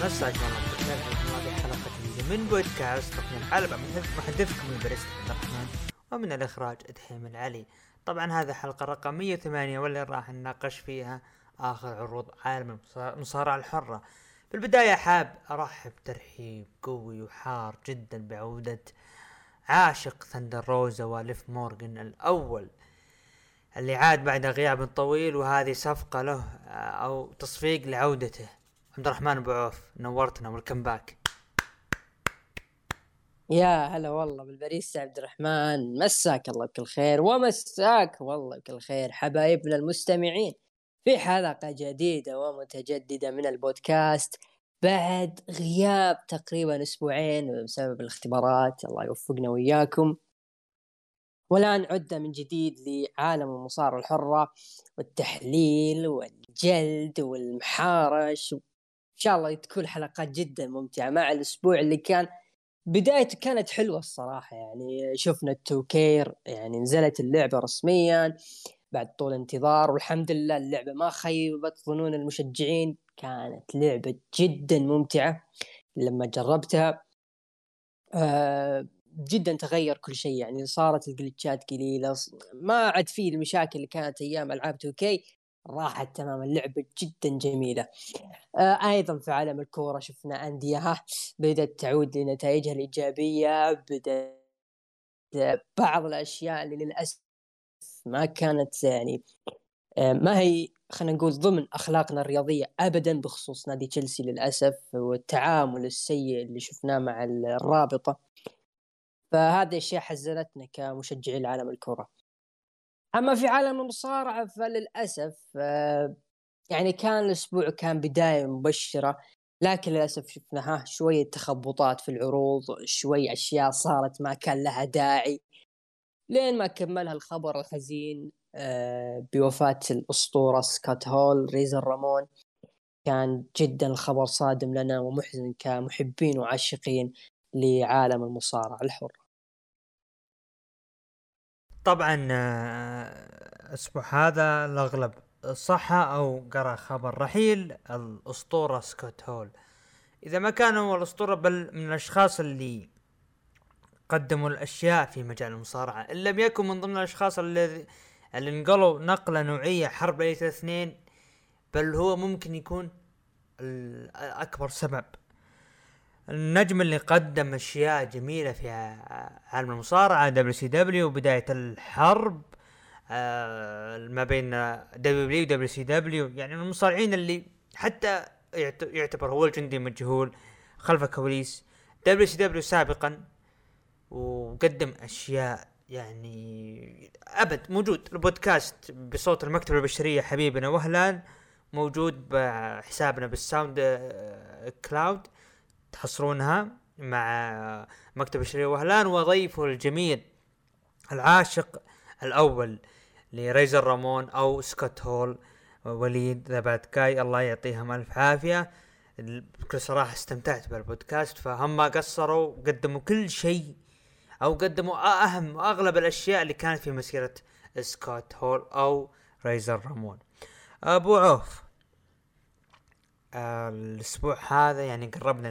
مساك الله بالخير. هذه حلقة جديدة من بودكاست تقنية الحلبة من محدثكم من بريست عبد الرحمن، ومن الإخراج أدهم العلي. طبعا هذا حلقة رقم 108 واللي راح نناقش فيها آخر عروض عالم المصارعة الحرة. في البداية حاب أرحب ترحيب قوي وحار جدا بعودة عاشق ثندر روزا وليف مورغان الأول اللي عاد بعد غياب طويل، وهذه صفقة له أو تصفيق لعودته. عبد الرحمن أبو عوف، نورتنا والكم باك. يا هلا والله بالبريس عبد الرحمن، مساك الله بكل خير ومساك والله بكل خير حبايبنا المستمعين في حلقة جديدة ومتجددة من البودكاست بعد غياب تقريبا أسبوعين بسبب الاختبارات. الله يوفقنا وإياكم، والآن عدنا من جديد لعالم المصارعة الحرة والتحليل والجلد والمحارش. إن شاء الله تكون حلقات جدا ممتعة مع الأسبوع اللي كان بدايته كانت حلوة الصراحة. يعني شفنا التوكير، يعني نزلت اللعبة رسميا بعد طول انتظار، والحمد لله اللعبة ما خيبت ظنون المشجعين. كانت لعبة جدا ممتعة لما جربتها. جدا تغير كل شيء، يعني صارت الجلitchات قليلة، ما عاد فيه المشاكل اللي كانت أيام ألعاب 2K. راحت تماما، اللعبة جدا جميلة. أيضا في عالم الكورة شفنا أندية بدأت تعود لنتائجها الإيجابية، بدأت بعض الأشياء اللي للأسف ما كانت يعني ما هي خلينا نقول ضمن أخلاقنا الرياضية أبدا، بخصوص نادي تشيلسي للأسف والتعامل السيء اللي شفناه مع الرابطة. فهذه أشياء حزنتنا كمشجعي العالم الكرة. أما في عالم المصارعة فللأسف يعني كان الأسبوع كان بداية مبشرة، لكن للأسف شفنا شوية تخبطات في العروض، شوي أشياء صارت ما كان لها داعي، لين ما كملها الخبر الحزين بوفاة الأسطورة سكوت هول ريزر رامون. كان جدا الخبر صادم لنا ومحزن كمحبين وعاشقين لعالم المصارعة الحر. طبعا الأسبوع هذا الأغلب صح أو قرأ خبر رحيل الأسطورة سكوت هول. إذا ما كان هو الأسطورة بل من الأشخاص اللي قدموا الأشياء في مجال المصارعة، إن لم يكن من ضمن الأشخاص اللي انقلوا نقلة نوعية حرب الاثنين، بل هو ممكن يكون أكبر سبب. النجم اللي قدم أشياء جميلة في عالم المصارعة WCW وبداية الحرب ما بين WWE و WCW، يعني المصارعين اللي حتى يعتبر هو الجندي مجهول خلف كواليس WCW سابقا، وقدم أشياء يعني أبد. موجود البودكاست بصوت المكتبة البشرية حبيبنا وهلان، موجود بحسابنا بالساوند كلاود، تحصرونها مع مكتب البشرية وهلان وضيفه الجميل العاشق الأول لريزر رامون أو سكوت هول وليد ذا باد كاي. الله يعطيهم ألف عافية. بكل صراحة استمتعت بالبودكاست، فهم ما قصروا، قدموا كل شيء أو قدموا أهم وأغلب الأشياء اللي كانت في مسيرة سكوت هول أو ريزر رامون. أبو عوف، الأسبوع هذا يعني قربنا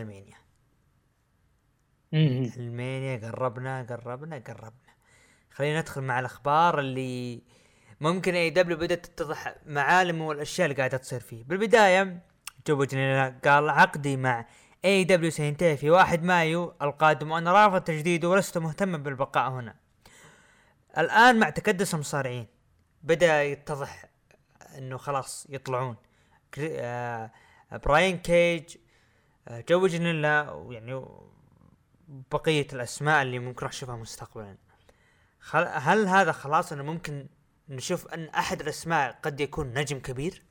المانيا قربنا. خلينا ندخل مع الأخبار اللي ممكن اي دبليو بدأت تتضح معالم والأشياء اللي قاعدة تصير فيه. بالبداية جوجني قال عقدي مع اي دبليو سينتهي في 1 مايو القادم، وأنا رافض تجديده ولست مهتما بالبقاء هنا. الآن مع تكدس المصارعين بدأ يتضح انه خلاص يطلعون براين كيج، جو جنيلا، يعني بقية الأسماء اللي ممكن نشوفها مستقبلا. هل هذا خلاص أنه ممكن نشوف أن أحد الأسماء قد يكون نجم كبير؟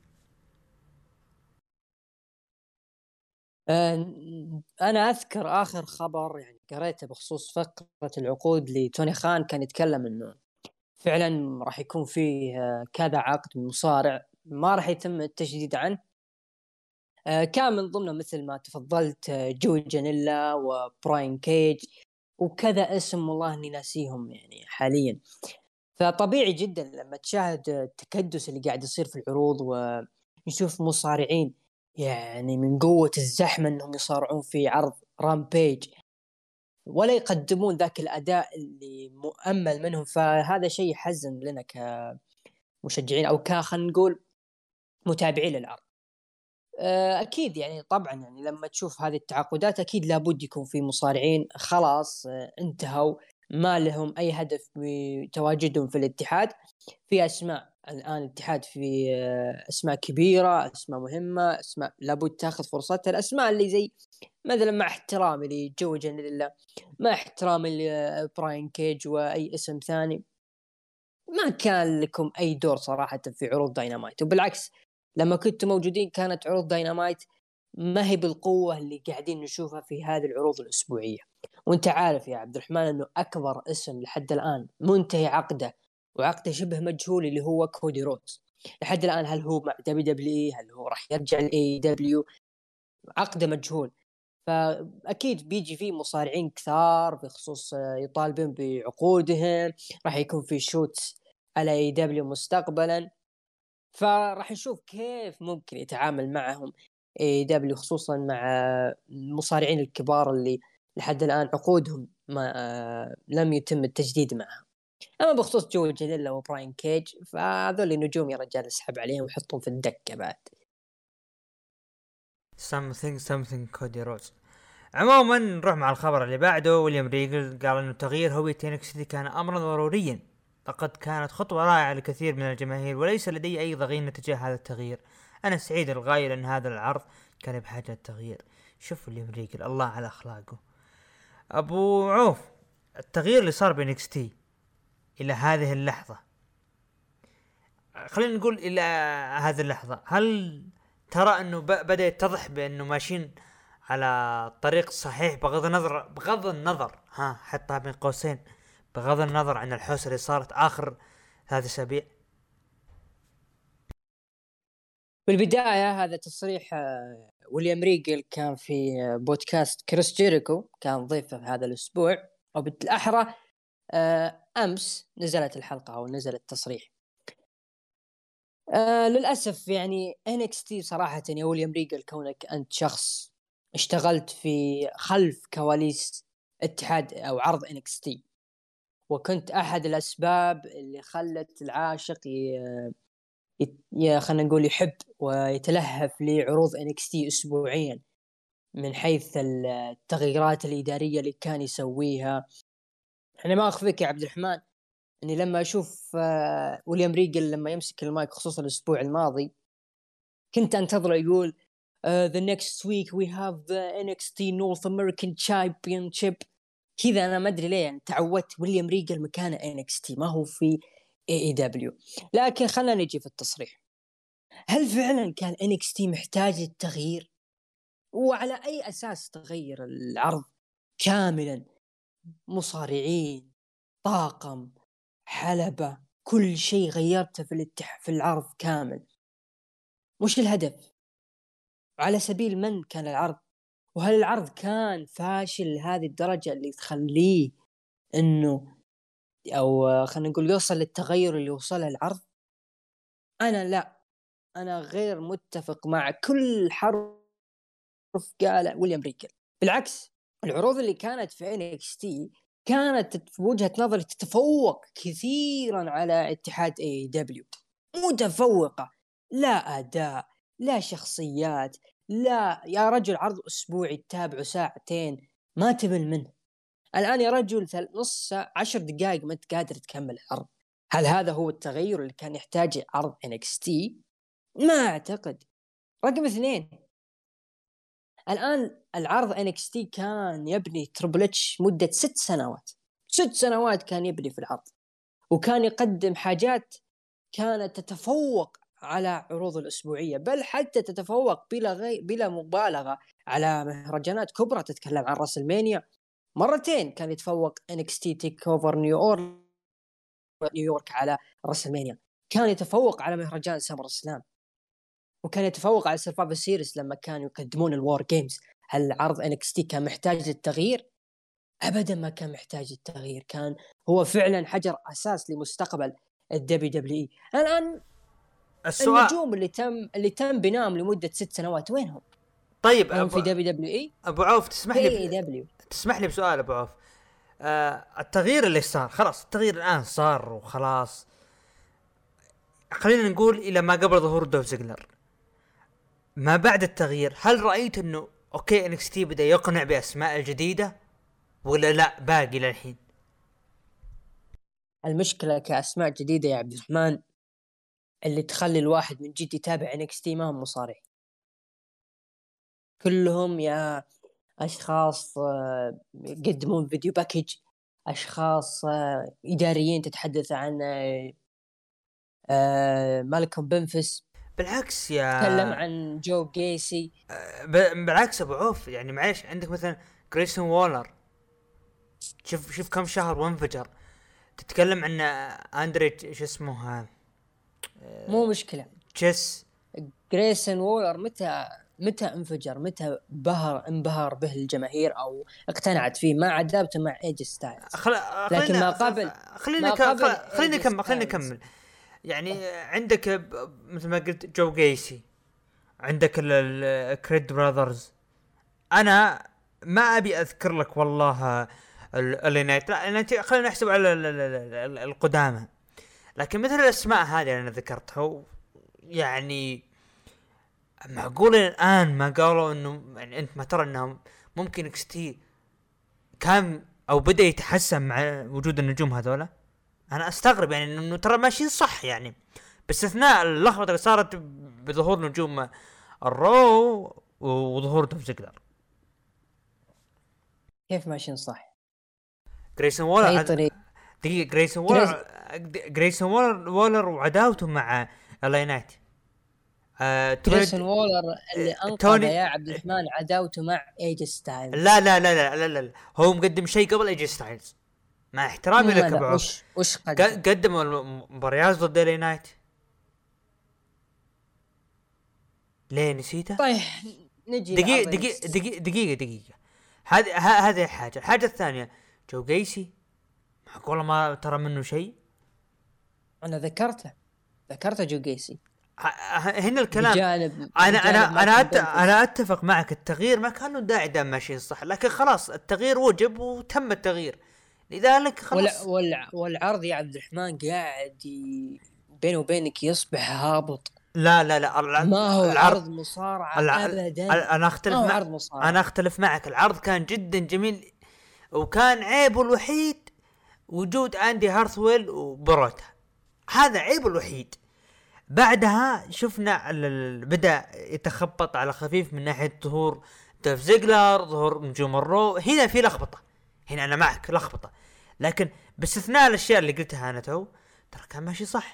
أنا أذكر آخر خبر يعني قريته بخصوص فقرة العقود لتوني خان، كان يتكلم إنه فعلا راح يكون فيه كذا عقد من مصارع ما راح يتم التجديد عنه. كان من ضمنه مثل ما تفضلت جو جانيلا وبراين كيج وكذا اسم والله اني ناسيهم يعني حاليا. فطبيعي جدا لما تشاهد التكدس اللي قاعد يصير في العروض ونشوف مصارعين يعني من قوة الزحمة انهم يصارعون في عرض رامبيج ولا يقدمون ذاك الاداء اللي مؤمل منهم، فهذا شيء يحزن لنا كمشجعين او خلينا نقول متابعين للعرض. اكيد يعني طبعا يعني لما تشوف هذه التعاقدات اكيد لابد يكون في مصارعين خلاص انتهوا، ما لهم اي هدف بتواجدهم في الاتحاد. في اسماء الان الاتحاد في اسماء كبيره، اسماء مهمه، اسماء لابد تاخذ فرصتها. الاسماء اللي زي مثلا مع احترامي لجو جنريلا، مع احترامي لبراين كيج واي اسم ثاني، ما كان لكم اي دور صراحه في عروض داينامايت. وبالعكس لما كنتوا موجودين كانت عروض داينامايت ما هي بالقوه اللي قاعدين نشوفها في هذه العروض الاسبوعيه. وانت عارف يا عبد الرحمن انه اكبر اسم لحد الان منتهي عقده وعقده شبه مجهول اللي هو كودي رودز. لحد الان هل هو مع WWE؟ هل هو راح يرجع لاي دبليو؟ عقده مجهول. فاكيد بيجي فيه مصارعين كثار بخصوص يطالبون بعقودهم، راح يكون في شوت على اي دبليو مستقبلا، فراح نشوف كيف ممكن يتعامل معهم اي دبليو خصوصا مع المصارعين الكبار اللي لحد الان عقودهم ما لم يتم التجديد معهم. اما بخصوص جو جليلا وبراين كيج فهذول نجوم يا رجال، اسحب عليهم وحطهم في الدكه بعد. something كودي روز. عموما نروح مع الخبر اللي بعده. ويليام ريجل قال انه تغيير هوية NXT كان امرا ضروريا، لقد كانت خطوة رائعة لكثير من الجماهير وليس لدي اي ضغينة تجاه هذا التغيير. انا سعيد للغاية لان هذا العرض كان بحاجة للتغيير. شوف ويليام ريجل الله على اخلاقه. ابو عوف، التغيير اللي صار بين NXT الى هذه اللحظة، خلينا نقول الى هذه اللحظة، هل ترى انه بدأ يتضح بانه ماشيين على طريق صحيح؟ بغض النظر حطها بين قوسين، بغض النظر عن الحوسه اللي صارت اخر 3 اسابيع. بالبداية هذا تصريح ويليام ريجل كان في بودكاست كريس جيريكو، كان ضيفه هذا الأسبوع أو بالأحرى أمس نزلت الحلقة أو نزل التصريح. للأسف يعني NXT صراحة يا ويليام ريجل، كونك أنت شخص اشتغلت في خلف كواليس اتحاد أو عرض NXT، وكنت أحد الأسباب اللي خلت العاشق خلينا نقول يحب ويتلهف لعروض NXT أسبوعيا، من حيث التغييرات الإدارية اللي كان يسويها. أنا ما أخفيك يا عبد الرحمن أني لما أشوف ويليام ريجل لما يمسك المايك خصوصا الأسبوع الماضي كنت أنتظر يقول the next week we have the NXT North American Championship. كذا أنا ما أدري ليه يعني تعودت ويليام ريجل مكانه NXT ما هو في AEW. لكن خلنا نجي في التصريح. هل فعلا كان NXT محتاج التغيير؟ وعلى أي أساس تغير العرض كاملا؟ مصارعين، طاقم، حلبة، كل شيء غيرته في العرض كامل. وش الهدف؟ على سبيل من كان العرض؟ وهل العرض كان فاشل لهذه الدرجة اللي تخليه انه او خلينا نقول يوصل للتغير اللي وصله العرض؟ انا لا، انا غير متفق مع كل حرف قال ويليام ريجل. بالعكس العروض اللي كانت في NXT كانت في وجهة نظري تتفوق كثيرا على اتحاد AEW. متفوقة، لا أداء، لا شخصيات، لا يا رجل عرض أسبوعي تتابعه ساعتين ما تمل منه. الآن يا رجل نص ساعة 10 دقائق ما أنت قادر تكمل العرض. هل هذا هو التغير اللي كان يحتاجه عرض NXT؟ ما أعتقد. رقم 2، الآن العرض NXT كان يبني تريبل اتش مدة 6 سنوات. 6 سنوات كان يبني في العرض، وكان يقدم حاجات كانت تتفوق على عروض الأسبوعية، بل حتى تتفوق بلا مبالغة على مهرجانات كبرى. تتكلم عن راسلمانيا مرتين كان يتفوق NXT تيك أوفر نيويورك على راسلمانيا، كان يتفوق على مهرجان سمر سلام، وكان يتفوق على سرفايفر سيريس لما كانوا يقدمون الوار جيمز. هل عرض NXT كان محتاج التغيير؟ أبدا ما كان محتاج التغيير، كان هو فعلا حجر أساس لمستقبل WWE. الآن السؤال النجوم اللي تم بنائهم لمده 6 سنوات وينهم؟ طيب هم في دبليو اي ابو عوف تسمح لي دبليو. تسمح لي بسؤال ابو عوف. التغيير اللي صار خلاص، التغيير الان صار وخلاص، خلينا نقول الى ما قبل ظهور دوف زيجلر. ما بعد التغيير هل رأيت انه اوكي انكستي بدأ يقنع باسماء الجديدة ولا لا باقي للحين؟ المشكله كاسماء جديده يا عبد الرحمن اللي تخلي الواحد من جد يتابع NXT ما هم مصارعين، كلهم يا اشخاص يقدمون فيديو باكج، اشخاص اداريين تتحدث عن مالكوم بنفس، بالعكس تكلم يا عن جو جيسي. بالعكس ابو عوف، يعني معلش عندك مثلا جريسون وولر، شوف كم شهر وانفجر. تتكلم عن اندري شو اسمه ها، مو مشكله تشيس. جريسون وولر متى انفجر، متى انبهر به الجماهير او اقتنعت فيه؟ ما عدابته مع ايج ستايلز، لكن ما قبل خلينا AJ نكمل. يعني عندك مثل ما قلت جو جيسي، عندك الكريد براذرز. انا ما ابي اذكر لك والله الينايت، لا انت خلينا نحسب على القدامى. لكن مثل الاسماء هذه اللي انا ذكرتها، يعني معقول الان ما قالوا انه يعني انت ما ترى انهم ممكن اكستي كان او بدا يتحسن مع وجود النجوم هذولا؟ انا استغرب يعني انه ترى ماشيين صح، يعني باستثناء اللخبطه اللي صارت بظهور نجوم الرو وظهور دوف زيجلر. كيف ماشيين صح؟ جريسون باي وولر طريقه. دقيقة، جريسون وولر وعداوته مع اللاينات. جريسون وولر اللي انقذ توني. يا عبد الرحمن عداوته مع ايج ستايلز. لا هو مقدم شيء قبل ايجي ستايلز، مع احترامي لك ابو عوف. وش قدم؟ قدم مباريات ضد اللاينات. ليه نسيته؟ طيب نجي دقيقة. هذه الحاجة الثانية، جو جيسي معقولة ما ترى منه شيء؟ انا ذكرته جو جيسي. هنا الكلام. انا اتفق معك، التغيير ما كان له داعي دام ماشيين صح، لكن خلاص التغيير وجب وتم التغيير، لذلك خلاص. والعرض يا عبد الرحمن قاعد بينه وبينك يصبح هابط. لا ما هو عرض مصارعة ابدا. انا اختلف معك. العرض كان جدا جميل، وكان عيبه الوحيد وجود اندي هارثويل وبروتا، هذا عيبه الوحيد. بعدها شفنا بدأ يتخبط على خفيف من ناحية ظهور دوف زيجلر، ظهور نجوم الرو. هنا في لخبطة، هنا أنا معك لخبطة، لكن باستثناء الأشياء اللي قلتها أنا ترى كان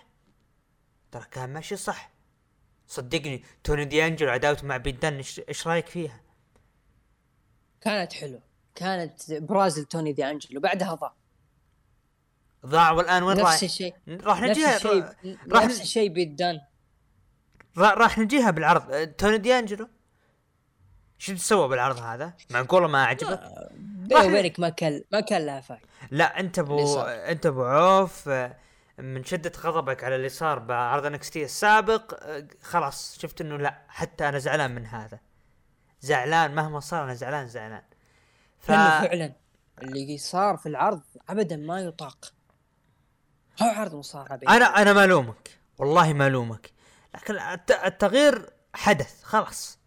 ماشي صح. صدقني توني دي أنجل عداوته مع بيدان إيش رأيك فيها؟ كانت حلوة، كانت برازيل توني دي أنجل، وبعدها ضاع. والآن وين نفس الشيء؟ راح نجيها نفس الشيء بيدان. راح نجيها بالعرض. توني دي أنجلو شو تسوى بالعرض هذا؟ معقولة ما عجبك؟ بيني وبينك ما كان لها فايدة. لا انت ابو عوف، من شدة غضبك على اللي صار بعرض انكستي السابق، خلاص شفت انه لا، حتى انا زعلان من هذا، زعلان مهما صار، انا زعلان. فعلا اللي صار في العرض ابدا ما يطاق. هو عرض مصارعة. انا ما لومك، والله ما لومك، لكن التغيير حدث خلاص.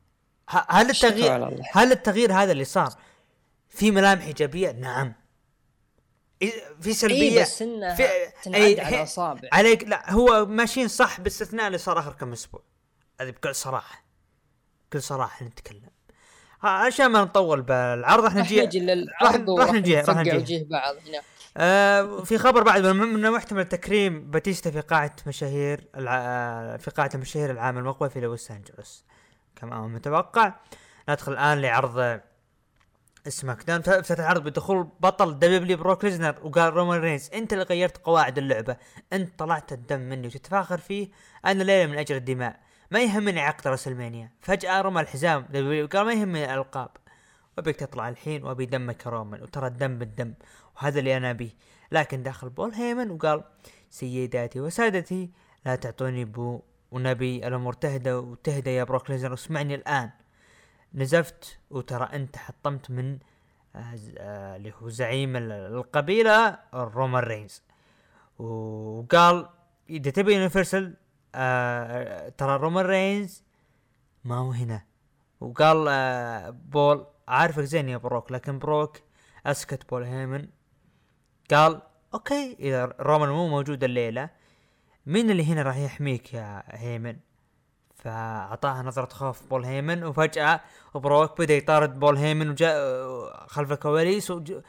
هل التغيير هذا اللي صار في ملامح ايجابيه؟ نعم. في سلبيه بس انها تنعد على اصابع عليك. لا هو ماشيين صح باستثناء اللي صار اخر كم اسبوع، هذه بكل صراحه نتكلم عشان ما نطول بالعرض. راح نجي راح نجي بعض هنا. في خبر بعد من محتمل تكريم باتيستا في قاعة المشاهير العام المقبل في لوس أنجلوس كما هو متوقع. ندخل الآن لعرض سماك داون. افتتح العرض بدخول بطل دبليو بروك ليزنر، وقال رومان رينز انت اللي غيرت قواعد اللعبة، انت طلعت الدم مني وتتفاخر فيه، انا ليلة من اجل الدماء، ما يهمني عقد راسلمانيا. فجأة رمى الحزام دبليو قال ما يهمني الألقاب، وبيك تطلع الحين وابي دمك رومان، وترى الدم بالدم وهذا اللي انا بيه. لكن داخل بول هيمن وقال سيداتي وسادتي لا تعطوني بو ونبي الامور تهدى يا بروك ليزنر، اسمعني الان. نزفت وترى انت حطمت من اللي هو زعيم القبيلة الرومان رينز، وقال اذا تبي يونيفرسال ترى رومان رينز ما هو هنا. وقال بول عارفك زين يا بروك، لكن بروك اسكت بول هيمن، قال اوكي اذا رومان مو موجود الليلة مين اللي هنا راح يحميك يا هيمن؟ فأعطاها نظرة خوف بول هيمن، وفجأة بروك بدأ يطارد بول هيمن وجاء خلف الكواليس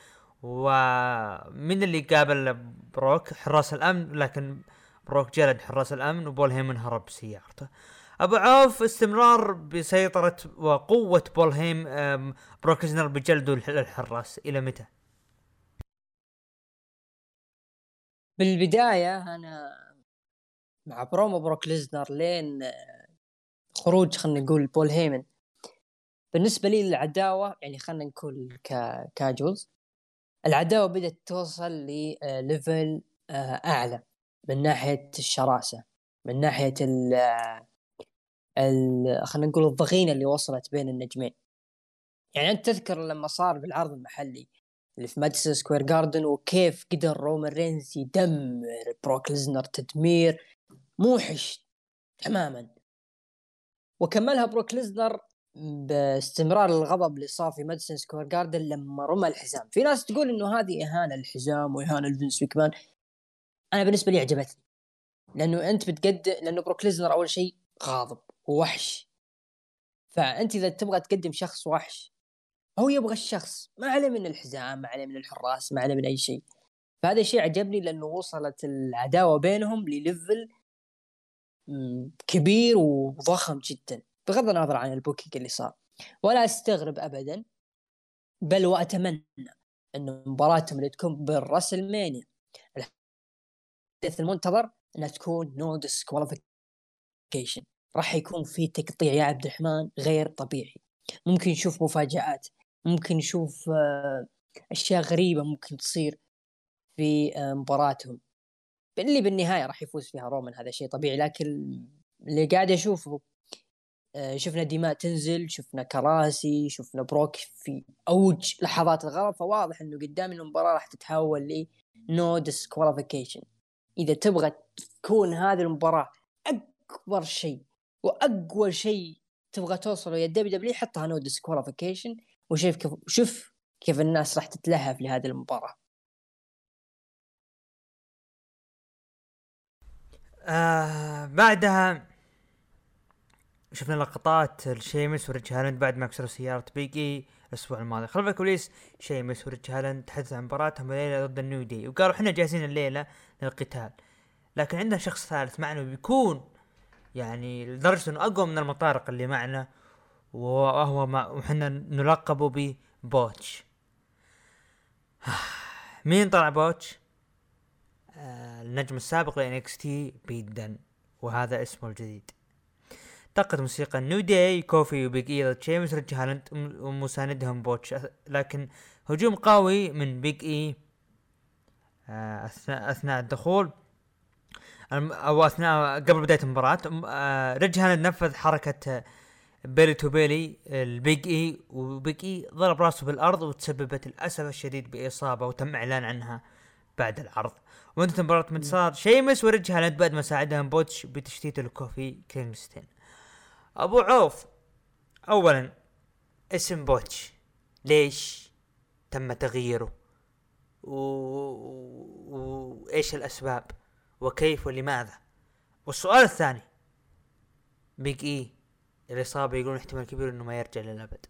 ومن اللي قابل بروك؟ حراس الأمن، لكن بروك جلد حراس الأمن وبول هيمن هرب بسيارته. أبو عوف استمرار بسيطرة وقوة بول بروك ليزنر بجلده الحراس إلى متى؟ بالبداية أنا مع برومو بروك ليزنر لين خروج خلنا نقول بول هيمن. بالنسبة لي العداوة يعني خلنا نقول كاجوز، العداوة بدأت توصل لليفل أعلى من ناحية الشراسة، من ناحية خلنا نقول الضغينة اللي وصلت بين النجمين. يعني أنت تذكر لما صار بالعرض المحلي اللي في ماديسون سكوير جاردن، وكيف قدر رومان رينز يدمر بروك ليزنر تدمير موحش تماما، وكملها بروك ليزنر باستمرار الغضب اللي صار في ماديسون سكوير جاردن لما رمى الحزام. في ناس تقول انه هذه اهانه للحزام واهانه لفينس ماكمان، انا بالنسبه لي عجبتني، لانه انت بتقدم، لانه بروك ليزنر اول شيء غاضب ووحش، فانت اذا تبغى تقدم شخص وحش هو يبغى الشخص ما عليه من الحزام، ما عليه من الحراس، ما عليه من اي شيء. فهذا الشيء عجبني لانه وصلت العداوه بينهم لليفل كبير وضخم جدا، بغض النظر عن البوكينج اللي صار. ولا استغرب ابدا، بل واتمنى انه مباراتهم اللي تكون بالراسل مانيا الحدث المنتظر انها تكون نو ديسكواليفيكيشن. راح يكون في تقطيع يا عبد الرحمن غير طبيعي، ممكن نشوف مفاجآت، ممكن نشوف اشياء غريبه ممكن تصير في مباراتهم اللي بالنهايه راح يفوز فيها رومان. هذا شيء طبيعي، لكن اللي قاعد اشوفه شفنا دماء تنزل، شفنا كراسي، شفنا بروك في اوج لحظات الغضب، فواضح انه قدام المباراه راح تتحول ل نو ديسكواليفيكيشن. اذا تبغى تكون هذه المباراه اكبر شيء واقوى شيء تبغى توصله يا دبليو دبليو، حطها نو ديسكواليفيكيشن، وشوف كيف الناس راح تتلهف لهذه المباراه. بعدها شفنا لقطات الشيمس وريتش هالاند بعد ما كسروا سيارة بيجي الأسبوع الماضي. خلف الكواليس شيمس وريتش هالاند تحدثوا عن مباراتهم الليلة ضد النيو دي، وقالوا احنا جاهزين الليلة للقتال، لكن عندنا شخص ثالث معنا بيكون يعني لدرجة انه أقوى من المطارق اللي معنا، وهو وحنا نلقبه ببوتش. مين طلع بوتش؟ النجم السابق ل NXT بيت دن، وهذا اسمه الجديد. طاقة موسيقى نيو داي، كوفي وبيج اي ضد شيمس وريتش هالاند ومساندهم بوتش، لكن هجوم قوي من بيج اي اثناء الدخول او اثناء قبل بداية المباراة. ريتش هالاند نفذ حركة بيلي تو بيلي البيج اي، وبيج اي ضرب راسه بالارض وتسببت للاسف الشديد باصابة وتم اعلان عنها بعد العرض. وانتهت مباراة انتصار شيمس وريتش هالاند بعد ما ساعدهم بوتش بتشتيت الكوفي كينغستون. ابو عوف، اولا اسم بوتش ليش تم تغييره وايش الاسباب وكيف ولماذا؟ والسؤال الثاني، بيج اي الاصابة يقولون احتمال كبير انه ما يرجع للابد.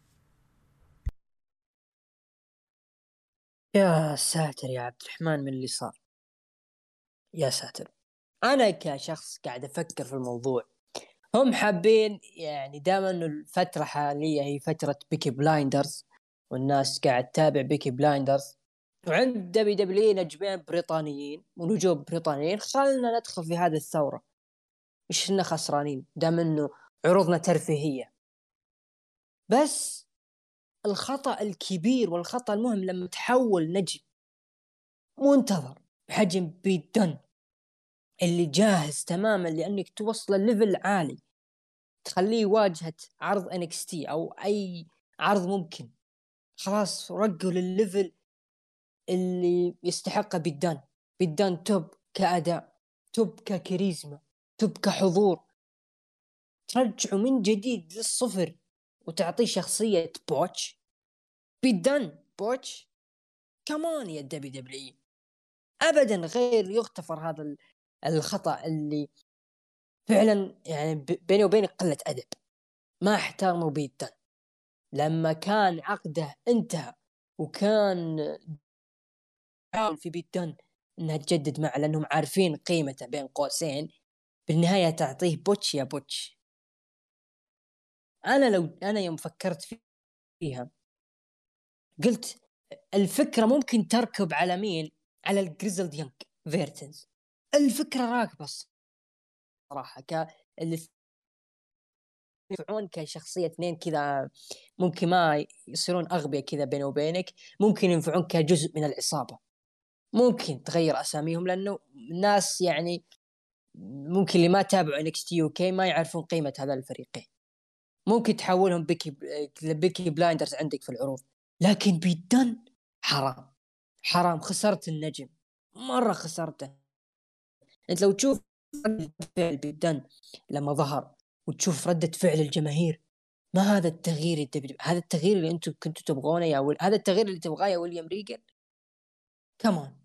يا ساتر يا عبد الرحمن من اللي صار، يا ساتر. انا كشخص قاعد افكر في الموضوع، هم حابين يعني دائما انه الفتره حاليا هي فتره بيكي بلايندرز، والناس قاعد تتابع بيكي بلايندرز، وعند دبليو دبليو نجمين بريطانيين ونجوم بريطانيين، خلنا ندخل في هذه الثوره. ايش لنا خسرانين دام انه عروضنا ترفيهيه؟ بس الخطا الكبير والخطا المهم لما تحول نجم منتظر بحجم بيت دن اللي جاهز تماما لأنك توصل الليفل عالي، تخليه واجهة عرض NXT أو أي عرض ممكن. خلاص رقوا للليفل اللي يستحقه بيدان. بيدان توب كأداء، توب ككاريزما، توب كحضور. ترجعه من جديد للصفر وتعطيه شخصية بوتش. بيدان بوتش كمان يا WWE. أبدا غير يغتفر هذا الخطأ اللي فعلا يعني بيني وبينك قلة أدب. ما احترموا بيدان لما كان عقده انتهى، وكان حاول في بيدان انها تجدد معه لانهم عارفين قيمته بين قوسين. بالنهاية تعطيه بوتش يا بوتش. انا يوم فكرت فيها قلت الفكرة ممكن تركب على مين؟ على الجريزلد يونغ فيرتنز. الفكرة راكبة صراحة اللي ينفعون كشخصية اثنين كذا، ممكن ما يصيرون أغبياء كذا بيني وبينك، ممكن ينفعون كجزء من العصابة. ممكن تغير أساميهم لأنه الناس يعني ممكن اللي ما تابعوا NXT UK ما يعرفون قيمة هذا الفريقين. ممكن تحولهم بيكي بلايندرز عندك في العروض. لكن بيدن حرام، حرام. خسرت النجم، مرة خسرته. أنت لو تشوف ردة فعل بيدن لما ظهر وتشوف ردة فعل الجماهير، ما هذا التغيير هذا التغيير اللي أنتم كنتوا تبغونه هذا التغيير اللي تبغاه يا ويليام ريجن؟ كمان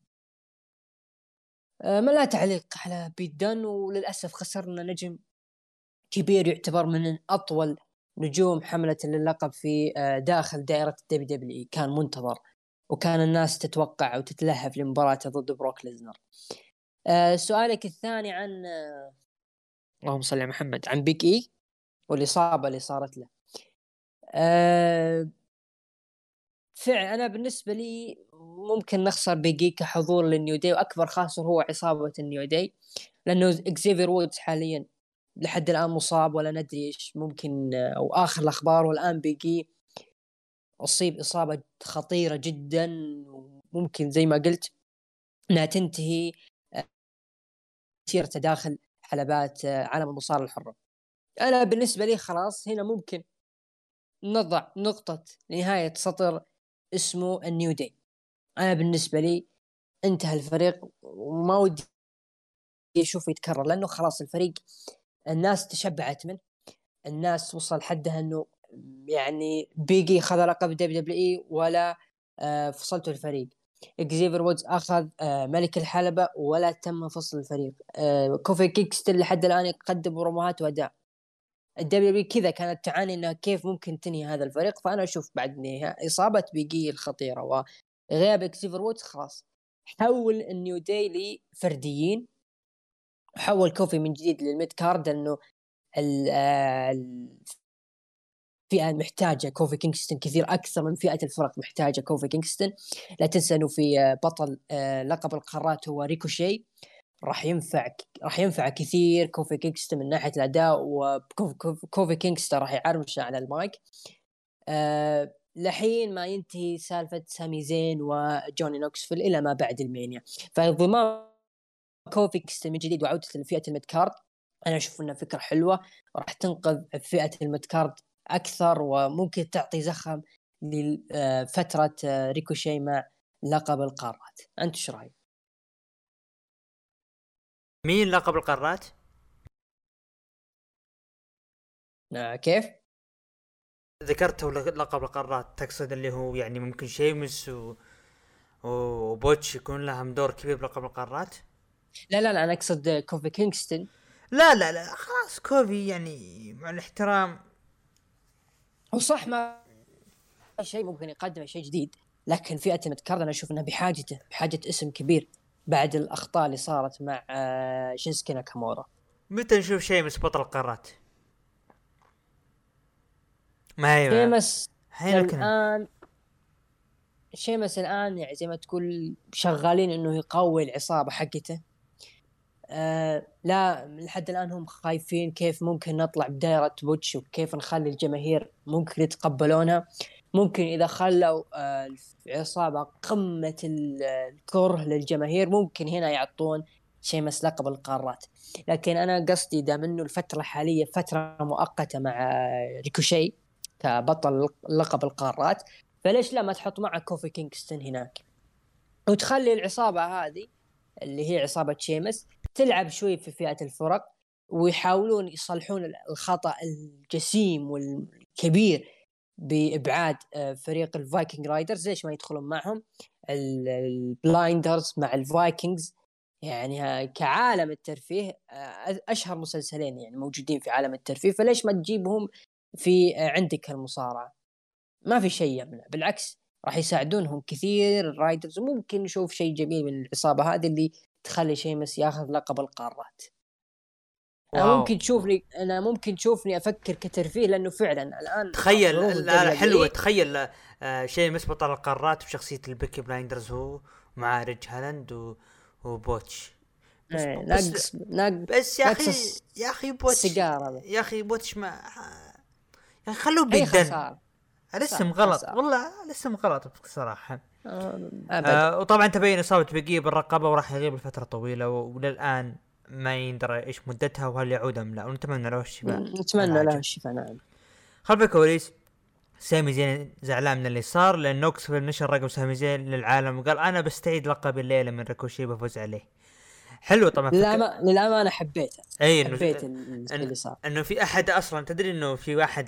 ما لا تعليق على بيدن. وللأسف خسرنا نجم كبير يعتبر من أطول نجوم حملة اللقب في داخل دائرة WWE. كان منتظر وكان الناس تتوقع وتتلهف لمباراته ضد بروك ليزنر. سؤالك الثاني عن اللهم صل على محمد، عن بيج إي والإصابة اللي صارت له. فعلا أنا بالنسبة لي ممكن نخسر بيج إي كحضور للنيو داي، وأكبر خاسر هو عصابة النيو داي، لأنه إكزيفير وودز حاليا لحد الآن مصاب ولا ندري إيش ممكن أو آخر الأخبار. والآن بيجي أصيب إصابة خطيرة جدا وممكن زي ما قلت أنها تنتهي مسيرته داخل حلبات عالم المصارعة الحرة. أنا بالنسبة لي خلاص هنا ممكن نضع نقطة نهاية سطر اسمه النيو داي. أنا بالنسبة لي انتهى الفريق وما ودي يشوف يتكرر، لأنه خلاص الفريق الناس تشبعت منه. الناس وصل حدها انه يعني بيجي خذ لقب WWE ولا فصلته الفريق. اكزيفر وودز اخذ ملك الحلبة ولا تم فصل الفريق. كوفي كيكستن لحد الان يقدم بروموهات واداء. الدبليو كذا كانت تعاني انها كيف ممكن تنهي هذا الفريق. فانا اشوف بعد اصابة بيجي الخطيرة وغياب اكزيفر وودز خلاص حول النيو داي لفرديين، وحول كوفي من جديد للميد كارد، لانه فئة محتاجة كوفي كينغستون كثير أكثر من فئة الفرق محتاجة كوفي كينغستون. لا تنسى أنه في بطل لقب القارات هو ريكوشي، راح ينفع كثير كوفي كينغستون من ناحية الأداء. وكوفي كينغستون راح يعرمش على المايك لحين ما ينتهي سالفة سامي زين وجوني نوكسفيل إلى ما بعد المانيا. فانضمام كوفي كينغستون من جديد وعودة لفئة الميدكارد أنا أشوف أنها فكرة حلوة، راح تنقذ فئة الميدكارد أكثر، وممكن تعطي زخم لفترة ريكوشي مع لقب القارات. أنت شو رأيك؟ مين لقب القارات؟ كيف؟ ذكرته لقب القارات، تقصد اللي هو يعني ممكن شيمس وبوتش يكون لهم دور كبير بلقب القارات؟ لا أنا أقصد كوفي كينغستون. لا خلاص كوفي يعني مع الاحترام هو صح ما شيء ممكن يقدم شيء جديد، لكن فئة المتكرر أنا أشوف أنها بحاجة اسم كبير بعد الأخطاء اللي صارت مع شينسكي ناكامورا. متى نشوف شيمس بطل القارات؟ ما هي شيمس لكن الآن يعني زي ما تقول شغالين إنه يقوي العصابة حقته. لا لحد الآن هم خايفين كيف ممكن نطلع بدايرة بوتش وكيف نخلي الجماهير ممكن يتقبلونها. ممكن إذا خلوا عصابة قمة الكره للجماهير ممكن هنا يعطون شيمس لقب القارات. لكن انا قصدي دام انه الفتره الحاليه فتره مؤقته مع ريكوشي كبطل لقب القارات، فليش لا ما تحط معه كوفي كينغستون هناك وتخلي العصابه هذه اللي هي عصابه شيمس تلعب شوي في فئه الفرق، ويحاولون يصلحون الخطأ الجسيم والكبير بإبعاد فريق الفايكنج رايدرز. ليش ما يدخلون معهم البلايندرز مع الفايكنجز؟ يعني كعالم الترفيه أشهر مسلسلين يعني موجودين في عالم الترفيه، فليش ما تجيبهم في عندك المصارعة؟ ما في شيء يمنع، بالعكس راح يساعدونهم كثير الرايدرز، وممكن نشوف شيء جميل من العصابة هذه اللي تخلي شيمس ياخذ لقب القارات. واو. انا ممكن تشوفني افكر كترفيه، لانه فعلا الان تخيل، عروض لا لا الدبليو حلوة، دبليو تخيل شيء مس بطل القارات بشخصية البيكي بلايندرز هو مع ريج هالاند وبوتش. بس اي بس ناقص بس يا ناقص اخي، يا اخي بوتش، السيجاره هذا. يا اخي بوتش ما يا اخي خلوه هي بيدن. خساره، الاسم غلط خساره والله، الاسم غلط صراحة. ابدا. وطبعا تبين اصابة بيجي بالرقبة وراح يغيب لفترة طويلة، وللان ما يندرى ايش مدتها وهل يعود ام لا، ونتمنى له الشفاء نتمنى له والعاجل. الشفاء. نعم. خلف الكواليس، سامي زين زعلان من اللي صار، لان نوكس نشر رقم سامي زين للعالم وقال انا بستعيد لقب الليله من ريكوشي بفوز عليه. حلو طبعا للامانه حبيته، اي حبيت إن... اللي صار. انه في احد اصلا، تدري انه في واحد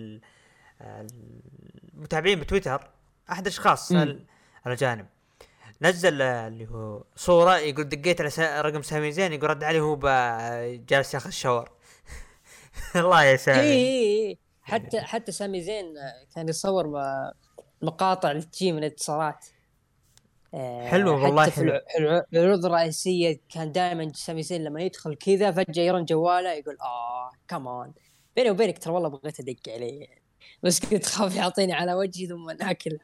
المتابعين بتويتر، احد اشخاص امم الاجانب، نزل اللي هو صوره يقول دقيت على رقم سامي زين، يقول رد عليه هو جالس ياخذ شاور. الله يا سامي. اي حتى سامي زين كان يصور مقاطع لتجي من الاتصالات. حلو والله، حتى في حلو. العروض الرئيسية كان دائما سامي زين لما يدخل كذا فجأة يرن جواله يقول كمان. بيني وبينك ترى والله بغيت ادق عليه، بس كنت خاف يعطيني على وجهي ثم ناكل.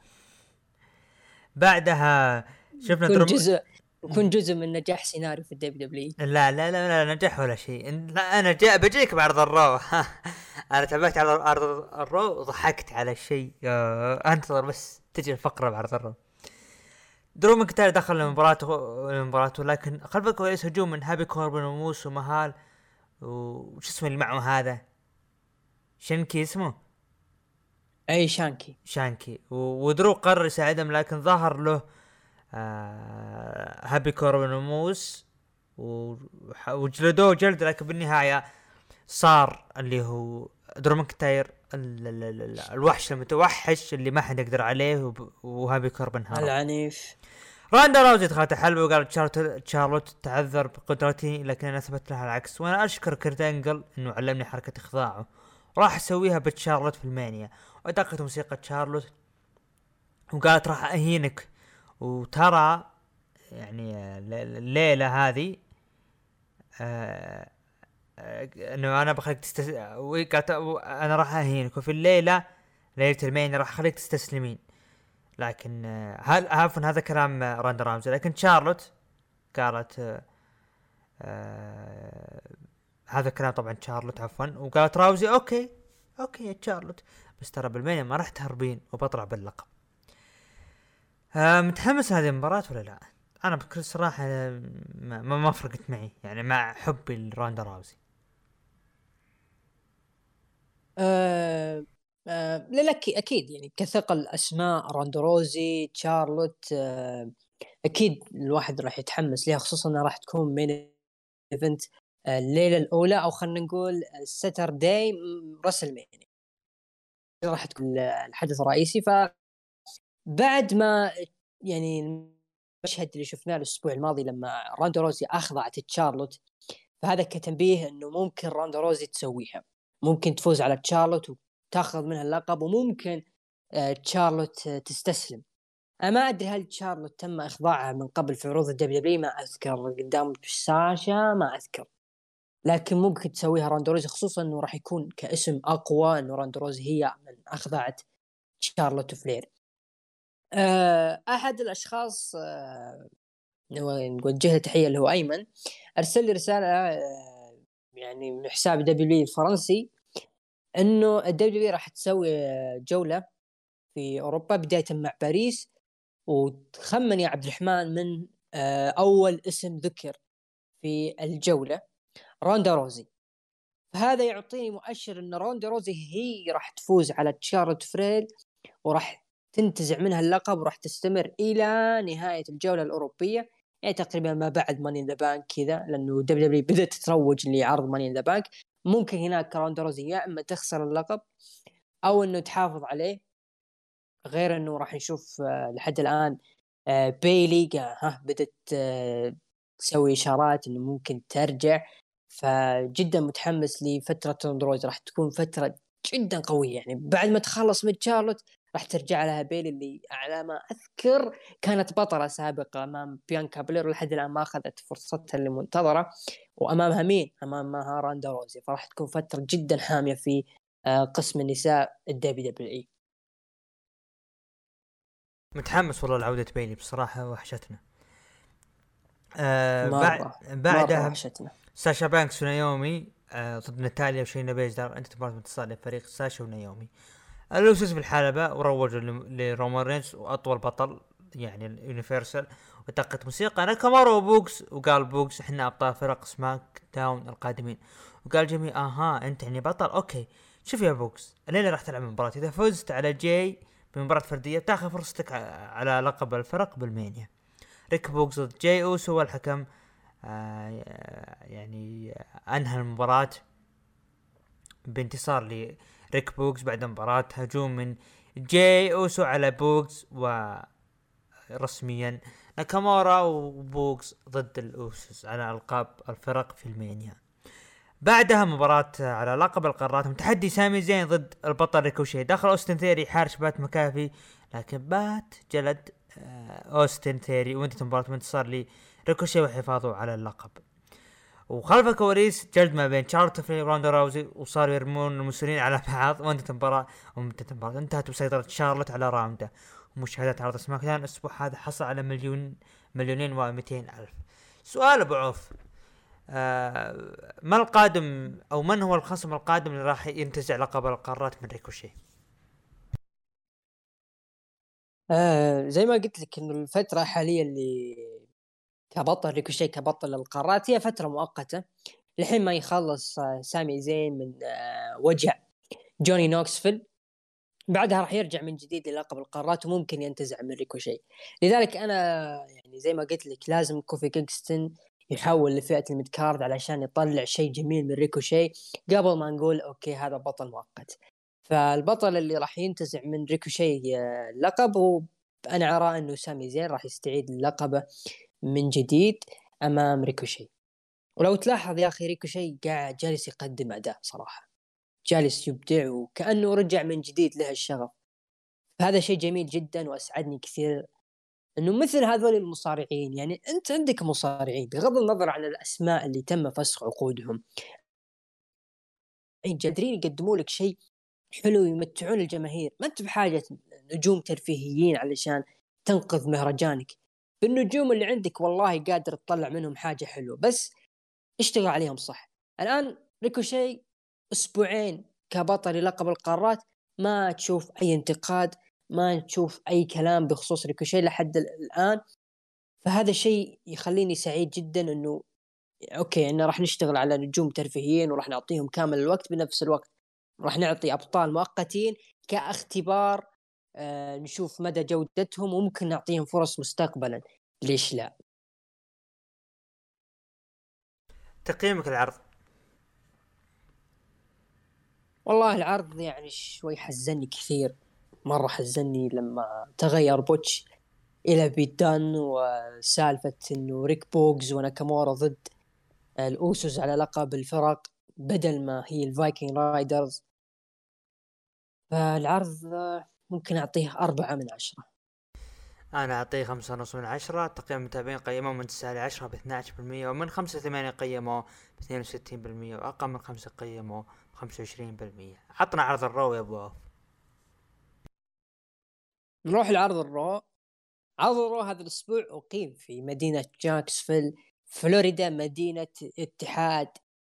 بعدها شفنا يكون جزء من نجاح سيناريو في الدبليو دبليو. لا نجح ولا شيء. لا انا بجيك بعرض الرو. انا تابعت على عرض الرو وضحكت على الشيء. انتظر بس تجي الفقره بعرض الرو. درو ماكنتاير دخل المباراة، لكن خلف الكواليس هجوم من هابي كوربن وموس ومهال وش اسمه اللي معه هذا، شنكي اسمه، اي شانكي. شانكي. ودرو قرر يساعدهم، لكن ظهر له هابي كوربن وموس وجلدوه جلد، لكن بالنهاية صار اللي هو درو ماكنتاير الوحش المتوحش اللي ما حد يقدر عليه، وهابي كوربن هرب. العنيف. راندا راوزي دخلت حلبة وقالت شارلوت تعذر بقدرتي، لكن انا اثبت لها العكس، وانا اشكر كرت انجل انه علمني حركة اخضاعه، راح اسويها بتشارلوت في المانيا. ودقت موسيقى شارلوت وقالت راح اهينك، وترى يعني الليلة هذه انه انا بخليك وقالت انا راح اهينك، وفي الليلة ليلة المانيا راح اخليك تستسلمين. لكن عفوا هذا كلام راندا راوزي، لكن شارلوت قالت هذا كلام طبعا شارلوت عفوا، وقالت راوزي اوكي يا شارلوت، بس ترى بالمانيا ما راح تهربين وبطلع باللقب. متحمس هذه المباراة ولا لا؟ انا بكل صراحة ما فرقت معي يعني مع حبي لراندا راوزي. لا اكيد يعني كثقل اسماء راندروزي تشارلوت اكيد الواحد راح يتحمس لها، خصوصا انها راح تكون مين ايفنت الليله الاولى، او خلينا نقول الساترداي راسل مانيا راح تكون الحدث الرئيسي. فبعد ما يعني المشهد اللي شفناه الاسبوع الماضي لما راندا روزي اخضعت تشارلوت، فهذا كتنبيه انه ممكن راندا روزي تسويها، ممكن تفوز على تشارلوت وتاخذ منها اللقب، وممكن تشارلوت تستسلم. انا ما ادري هل تشارلوت تم اخضاعها من قبل في عروض الدبليو دبليو، ما اذكر قدام الشاشه ما اذكر، لكن ممكن تسويها راندروزي، خصوصا انه راح يكون كاسم اقوى انه راندروزي هي من اخضعت شارلوت فلير. احد الاشخاص نوجه له تحيه اللي هو ايمن، ارسل لي رساله يعني من حساب دبليو الفرنسي انه الدبليو راح تسوي جوله في اوروبا بدايه مع باريس، وتخمن يا عبد الرحمن من اول اسم ذكر في الجولة روندا روزي. فهذا يعطيني مؤشر ان روندا روزي هي راح تفوز على تشارلوت فريل وراح تنتزع منها اللقب وراح تستمر الى نهاية الجولة الأوروبية، يعني تقريبا ما بعد ماني ان ذا بانك كذا، لانه دبليو بدأت تروج لعرض ماني ان ذا بانك. ممكن هناك روندا روزي يا اما تخسر اللقب او انه تحافظ عليه. غير انه راح نشوف لحد الان بيلي بدت تسوي اشارات انه ممكن ترجع. فجدا متحمس لفتره اندرويد، راح تكون فتره جدا قويه، يعني بعد ما تخلص من شارلوت راح ترجع لها بيلي اللي على ما اذكر كانت بطله سابقه امام بيانكا بلير، ولحد الان ما اخذت فرصتها المنتظره. وامامها مين؟ امامها راندا روزي. فراح تكون فتره جدا حاميه في قسم النساء الدبليو دبليو اي. متحمس والله لعودة بيلي بصراحة، وحشتنا. مره مره بعدها وحشتنا. ساشا بانكس ونايومي ضد ناتاليا وشينا بيزدار. انت تبغى تتصل لفريق ساشا ونايومي. اللوسس في الحلبة وروجوا لرومان رينز واطول بطل يعني اليونيفرسال، وتقت موسيقى ناكامارا وبوكس، وقال بوكس احنا ابطال فرق سماك داون القادمين. وقال جيمي اها انت يعني بطل، اوكي. شوف يا بوكس، الليله راح تلعب مباراة، اذا فزت على جاي بمباراة فردية بتاخذ فرصتك على لقب الفرق بالمانيا. ريك بوكس ضد جاي اوسو، والحكم يعني انهى المباراة بانتصار لريك بوكس بعد مباراة هجوم من جاي اوسو على بوكس. ورسميا ناكامورا وبوكس ضد الاوسوس على القاب الفرق في المانيا. بعدها مباراة على لقب القارات، تحدي سامي زين ضد البطل ريكوشي. دخل اوستن ثيري حارش بات مكافي، لكن بات جلد اوستن ثيري وانتهت مباراة بانتصار لي ريكوشي وحفاظه على اللقب. وخلف الكواليس جلد ما بين شارلوت في روندا راوزي، وصاروا يرمون المسؤولين على بعض، وانتهت المباراة انتهت بسيطرة شارلوت على رامدا. ومشاهدات عرض سماك داون الاسبوع هذا حصل على مليونين ومئتين الف. سؤال ابو عوف، ما القادم او من هو الخصم القادم اللي راح ينتزع لقب القارات من ريكوشي؟ زي ما قلت لك انه الفتره حاليا اللي كبطل ريكوشي كبطل القارات هي فتره مؤقته لحين ما يخلص سامي زين من وجع جوني نوكسفيل. بعدها راح يرجع من جديد للقب القارات وممكن ينتزع من ريكوشي. لذلك انا يعني زي ما قلت لك لازم كوفي كينغستون يحول لفئة الميدكارد علشان يطلع شيء جميل من ريكوشي قبل ما نقول اوكي هذا بطل مؤقت. فالبطل اللي راح ينتزع من ريكوشي اللقب، وانا ارى انه سامي زين راح يستعيد لقبه من جديد امام ريكوشي. ولو تلاحظ يا اخي ريكوشي قاعد جالس يقدم اداء صراحة، جالس يبدع وكأنه رجع من جديد له الشغف. هذا شيء جميل جدا وأسعدني كثير أنه مثل هذول المصارعين، يعني أنت عندك مصارعين بغض النظر عن الأسماء اللي تم فسخ عقودهم قادرين يقدموا لك شيء حلو يمتعون الجماهير. ما أنت بحاجة نجوم ترفيهيين علشان تنقذ مهرجانك. بالنجوم اللي عندك والله قادر تطلع منهم حاجة حلوة، بس اشتغل عليهم صح. الآن ريكوشي أسبوعين كبطل لقب القارات ما تشوف أي انتقاد، ما تشوف أي كلام بخصوص ريكوشي لحد الآن. فهذا شيء يخليني سعيد جدا أنه أوكي إنه راح نشتغل على نجوم ترفيهيين وراح نعطيهم كامل الوقت، بنفس الوقت راح نعطي أبطال مؤقتين كاختبار نشوف مدى جودتهم وممكن نعطيهم فرص مستقبلا. ليش لا؟ تقييمك العرض؟ والله العرض يعني شوي حزني كثير، مرة حزني لما تغير بوتش إلى بيدان، وسالفة إنه ريك بوغز وناكامورا ضد الأوسوس على لقب الفرق بدل ما هي الفايكنج رايدرز. فالعرض ممكن أعطيه 4/10. انا اعطيه 5.5/10. تقييم المتابعين قيموه من 9 ل10 ب12%، ومن 5 ل8 قيموه ب62%، واقل من 5 قيموه ب25%. عطنا عرض الرو يا ابو عوف. نروح لعرض الرو. عرض الرو هذا الأسبوع أقيم في مدينة جاكسفيل فلوريدا، مدينة اتحاد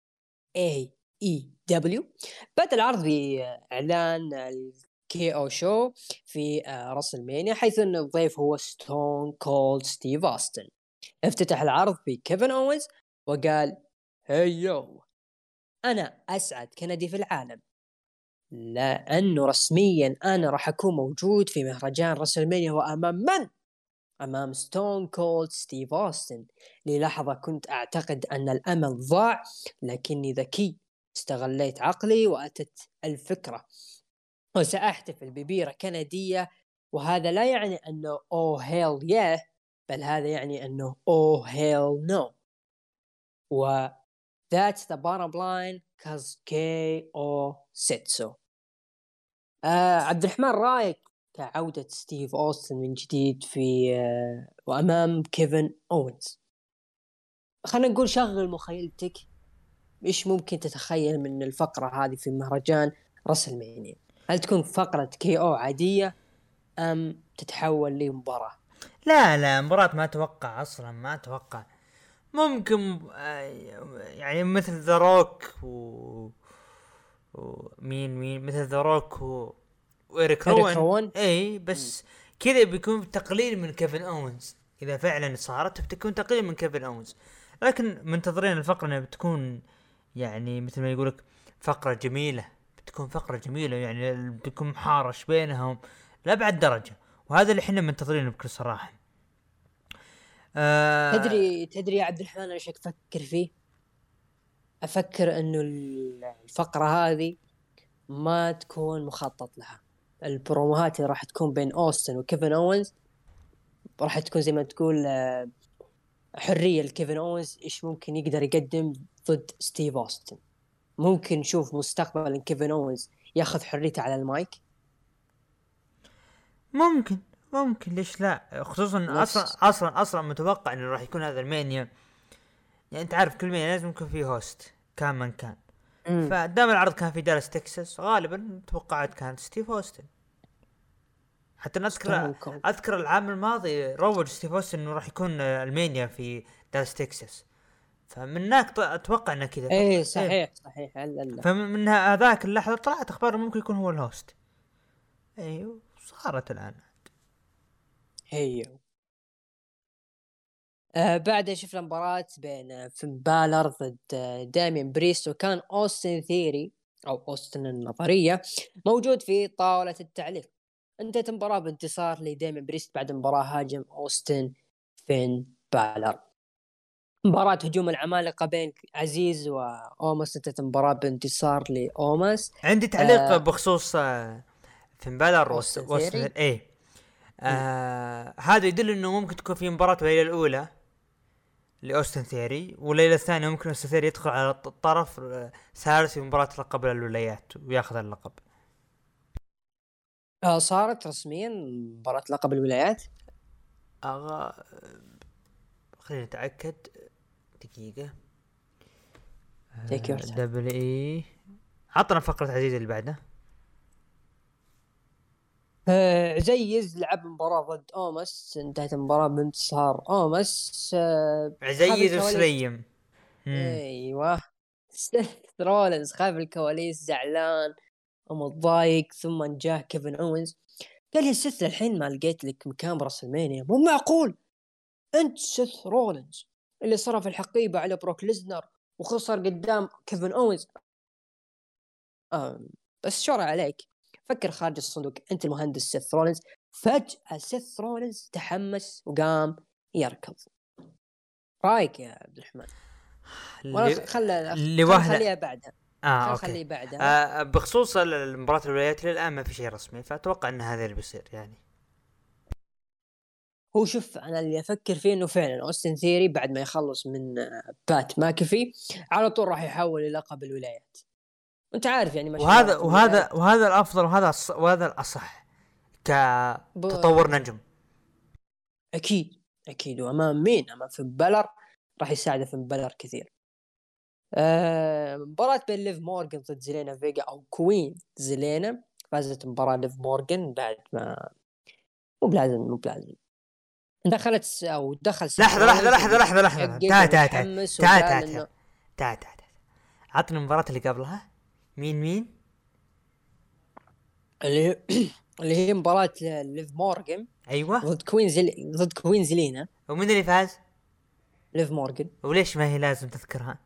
AEW. بدأ العرض بإعلان الكي أو شو في راسلمانيا، حيث أن الضيف هو ستون كولد ستيف أوستن. افتتح العرض بكيفن أوينز وقال هيو أنا أسعد كندي في العالم، لأنه رسميا أنا راح أكون موجود في مهرجان رسلمانيا. وأمام من؟ أمام ستون كولد ستيف أوستن. للحظة كنت أعتقد أن الأمل ضاع، لكني ذكي، استغليت عقلي وأتت الفكرة، وسأحتفل ببيرة كندية. وهذا لا يعني أنه oh hell yeah، بل هذا يعني أنه oh hell no. و that's the bottom line cause KO said so. عبد الرحمن، رأيك كعودة ستيف أوستن من جديد في وأمام كيفن أوينز؟ خلينا نقول شغل مخيلتك، إيش ممكن تتخيل من الفقرة هذه في مهرجان رسلمانيا؟ هل تكون فقرة كي أو عادية أم تتحول لمباراة؟ لا مباراة ما اتوقع اصلا، ما اتوقع. ممكن يعني مثل ذا روك ومين مثل ذا روك وإيريك إيريك روان. روان. اي بس كذا بيكون تقليل من كيفن أوينز. اذا فعلا صارت بتكون تقليل من كيفن أوينز، لكن منتظرين الفقرة انها بتكون يعني مثل ما يقولك فقرة جميلة. بتكون فقرة جميلة يعني بتكون محارش بينهم لأبعد درجة، وهذا اللي احنا منتظرينه بكل صراحة. تدري يا عبد الرحمن أنا ايش افكر فيه؟ افكر انه الفقرة هذه ما تكون مخطط لها. البروموهات اللي راح تكون بين اوستن وكيفن اوينز راح تكون زي ما تقول حرية لكيفن اوينز ايش ممكن يقدر يقدم ضد ستيف اوستن. ممكن نشوف مستقبلا كيفن اوينز ياخذ حريته على المايك. ممكن ليش لا، خصوصا نفس اصلا متوقع انه راح يكون هذا المانيا. يعني انت عارف كل مانيا لازم يكون فيه هوست كان من كان. فدام العرض كان في دالاس تكساس غالبا توقعت كانت ستيف هوستن. حتى اذكر العام الماضي روج ستيف هوستن انه راح يكون المانيا في دالاس تكساس، فمن هناك اتوقع انه كذا. ايه إيه. صحيح لا. فمن هذاك اللحظه طلعت اخبار ممكن يكون هو الهوست. ايوه صارت الان. هي بعدها شفنا مباراة بين فين بالر ضد دامين بريست، وكان أوستن ثيري أو أوستن النظرية موجود في طاولة التعليق. انتهت المباراة بانتصار لدامين بريست بعد مباراة هاجم أوستن فين بالر. مباراة هجوم العمالقة بين عزيز وأوماس انتهت المباراة بانتصار لأوماس. عندي تعليق بخصوص فين بالر أوستن وستن ثيري. ايه. هذا يدل انه ممكن تكون في مباراة الليلة الاولى لاوستن ثيري، والليلة الثانية ممكن اوستن ثيري يدخل على الطرف ثالث في مباراة لقب الولايات وياخذ اللقب. صارت رسميا مباراة لقب الولايات. خلينا نتأكد دقيقة. تيك دبل اي عطنا فقرة عزيز اللي بعدها. عزيز لعب مباراة ضد أومس، انتهت المباراة بانتصار أومس. عزيز وسليم. ايوه سيث رولنز خاف الكواليس زعلان ومتضايق، ثم جاء كيفن أوينز قال يا سيث الحين ما لقيت لك مكان برسلمانيا. مو معقول انت سيث رولنز اللي صرف الحقيبة على بروك ليزنر وخسر قدام كيفن أوينز. بس شور عليك، فكر خارج الصندوق، انت المهندس سيث رولنز. فجأة سيث رولنز تحمس وقام يركض. رايك يا عبد الرحمن؟ خليها بعدها. اوكي. بخصوص المباراة الولايات للآن ما في شيء رسمي، فأتوقع ان هذا اللي بيصير. يعني هو شوف انا اللي افكر فيه انه فعلا اوستن ثيري بعد ما يخلص من بات ماكفي على طول راح يحول الى لقب الولايات. انت عارف يعني ما شاء الله وهذا الافضل وهذا الاصح كتطور نجم. اكيد وامام مين؟ امام فين بالر راح يساعده فين بالر كثير. مباراة بين ليف مورغان ضد زيلينا فيجا او كوين زيلينا. فازت مباراة ليف مورغان بعد ما مو بلازم دخلت او دخل لحظة تعال عطني المباراة اللي قبلها. مين اللي هي مباراة ليف مورغان ايوه ضد كوين زيلينا. ومين اللي فاز؟ ليف مورغان. وليش ما هي لازم تذكرها؟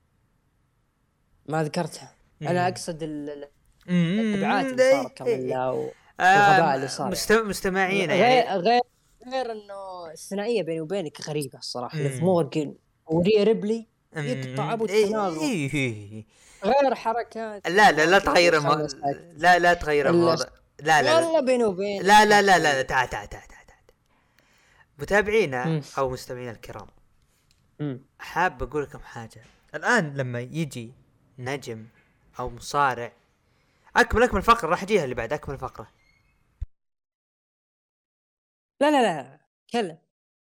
ما ذكرتها. انا اقصد التبعات اللي إيه، صارت إيه، كمان إيه. والغباء اللي صار يعني. مستمعين غير يعني. غير غير انه الثنائيه بيني وبينك غريبه الصراحه. ليف مم. مورغان وريا ريبلي يقطع ابو التناغم. إيه. غير حركات ليف لا مورغان تغير وخمسة. لا تغير الموضوع. لا والله بيني وبينك لا تعال. متابعينا او مستمعينا الكرام، حاب اقول لكم حاجه. الان لما يجي نجم او مصارع، اكمل فقره راح اجيها اللي بعد اكمل فقره. لا كلم.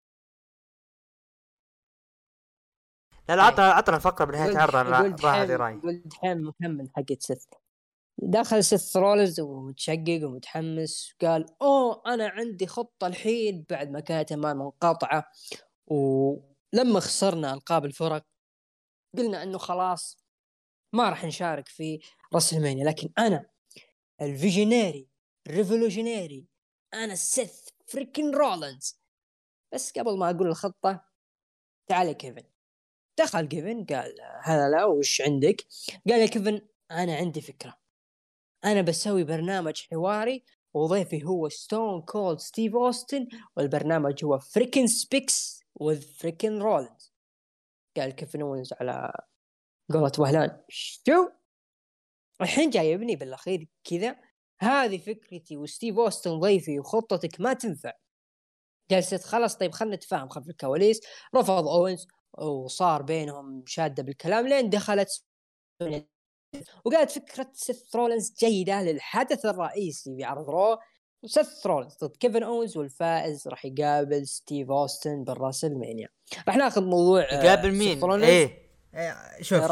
لا عطنا الفقره بنهايه عرض. يقول راحت دحين راي. يقول دحين مكمل حق سيث. دخل سيث رولز ومتشقق ومتحمس وقال انا عندي خطه الحين بعد ما كانت ما منقطعه. ولما خسرنا القاب الفرق قلنا انه خلاص ما راح نشارك في راسلمانيا، لكن انا الفيجنيري الريفولوشنيري، انا سيث فريكن رولينز. بس قبل ما اقول الخطه، تعال كيفن. دخل كيفن قال هلا لا وش عندك؟ قال يا كيفن انا عندي فكره، انا بسوي برنامج حواري وضيفي هو ستون كولد ستيف أوستن، والبرنامج هو فريكن سبيكس وذ فريكن رولينز. قال كيفن اونز على قولة وهلان شو الحين جايبني بالاخير كذا؟ هذه فكرتي وستيف أوستن ضيفي وخطتك ما تنفع. جلست خلاص طيب خلنا نتفاهم خلف الكواليس. رفض أوينز وصار بينهم شادة بالكلام لين دخلت وقالت فكرة سيث رولينز جيدة للحدث الرئيسي في عرض رو. سيث رولينز ضد كيفن أوينز، والفائز راح يقابل ستيف أوستن بالراسل مانيا. راح ناخذ موضوع يقابل مين؟ شوف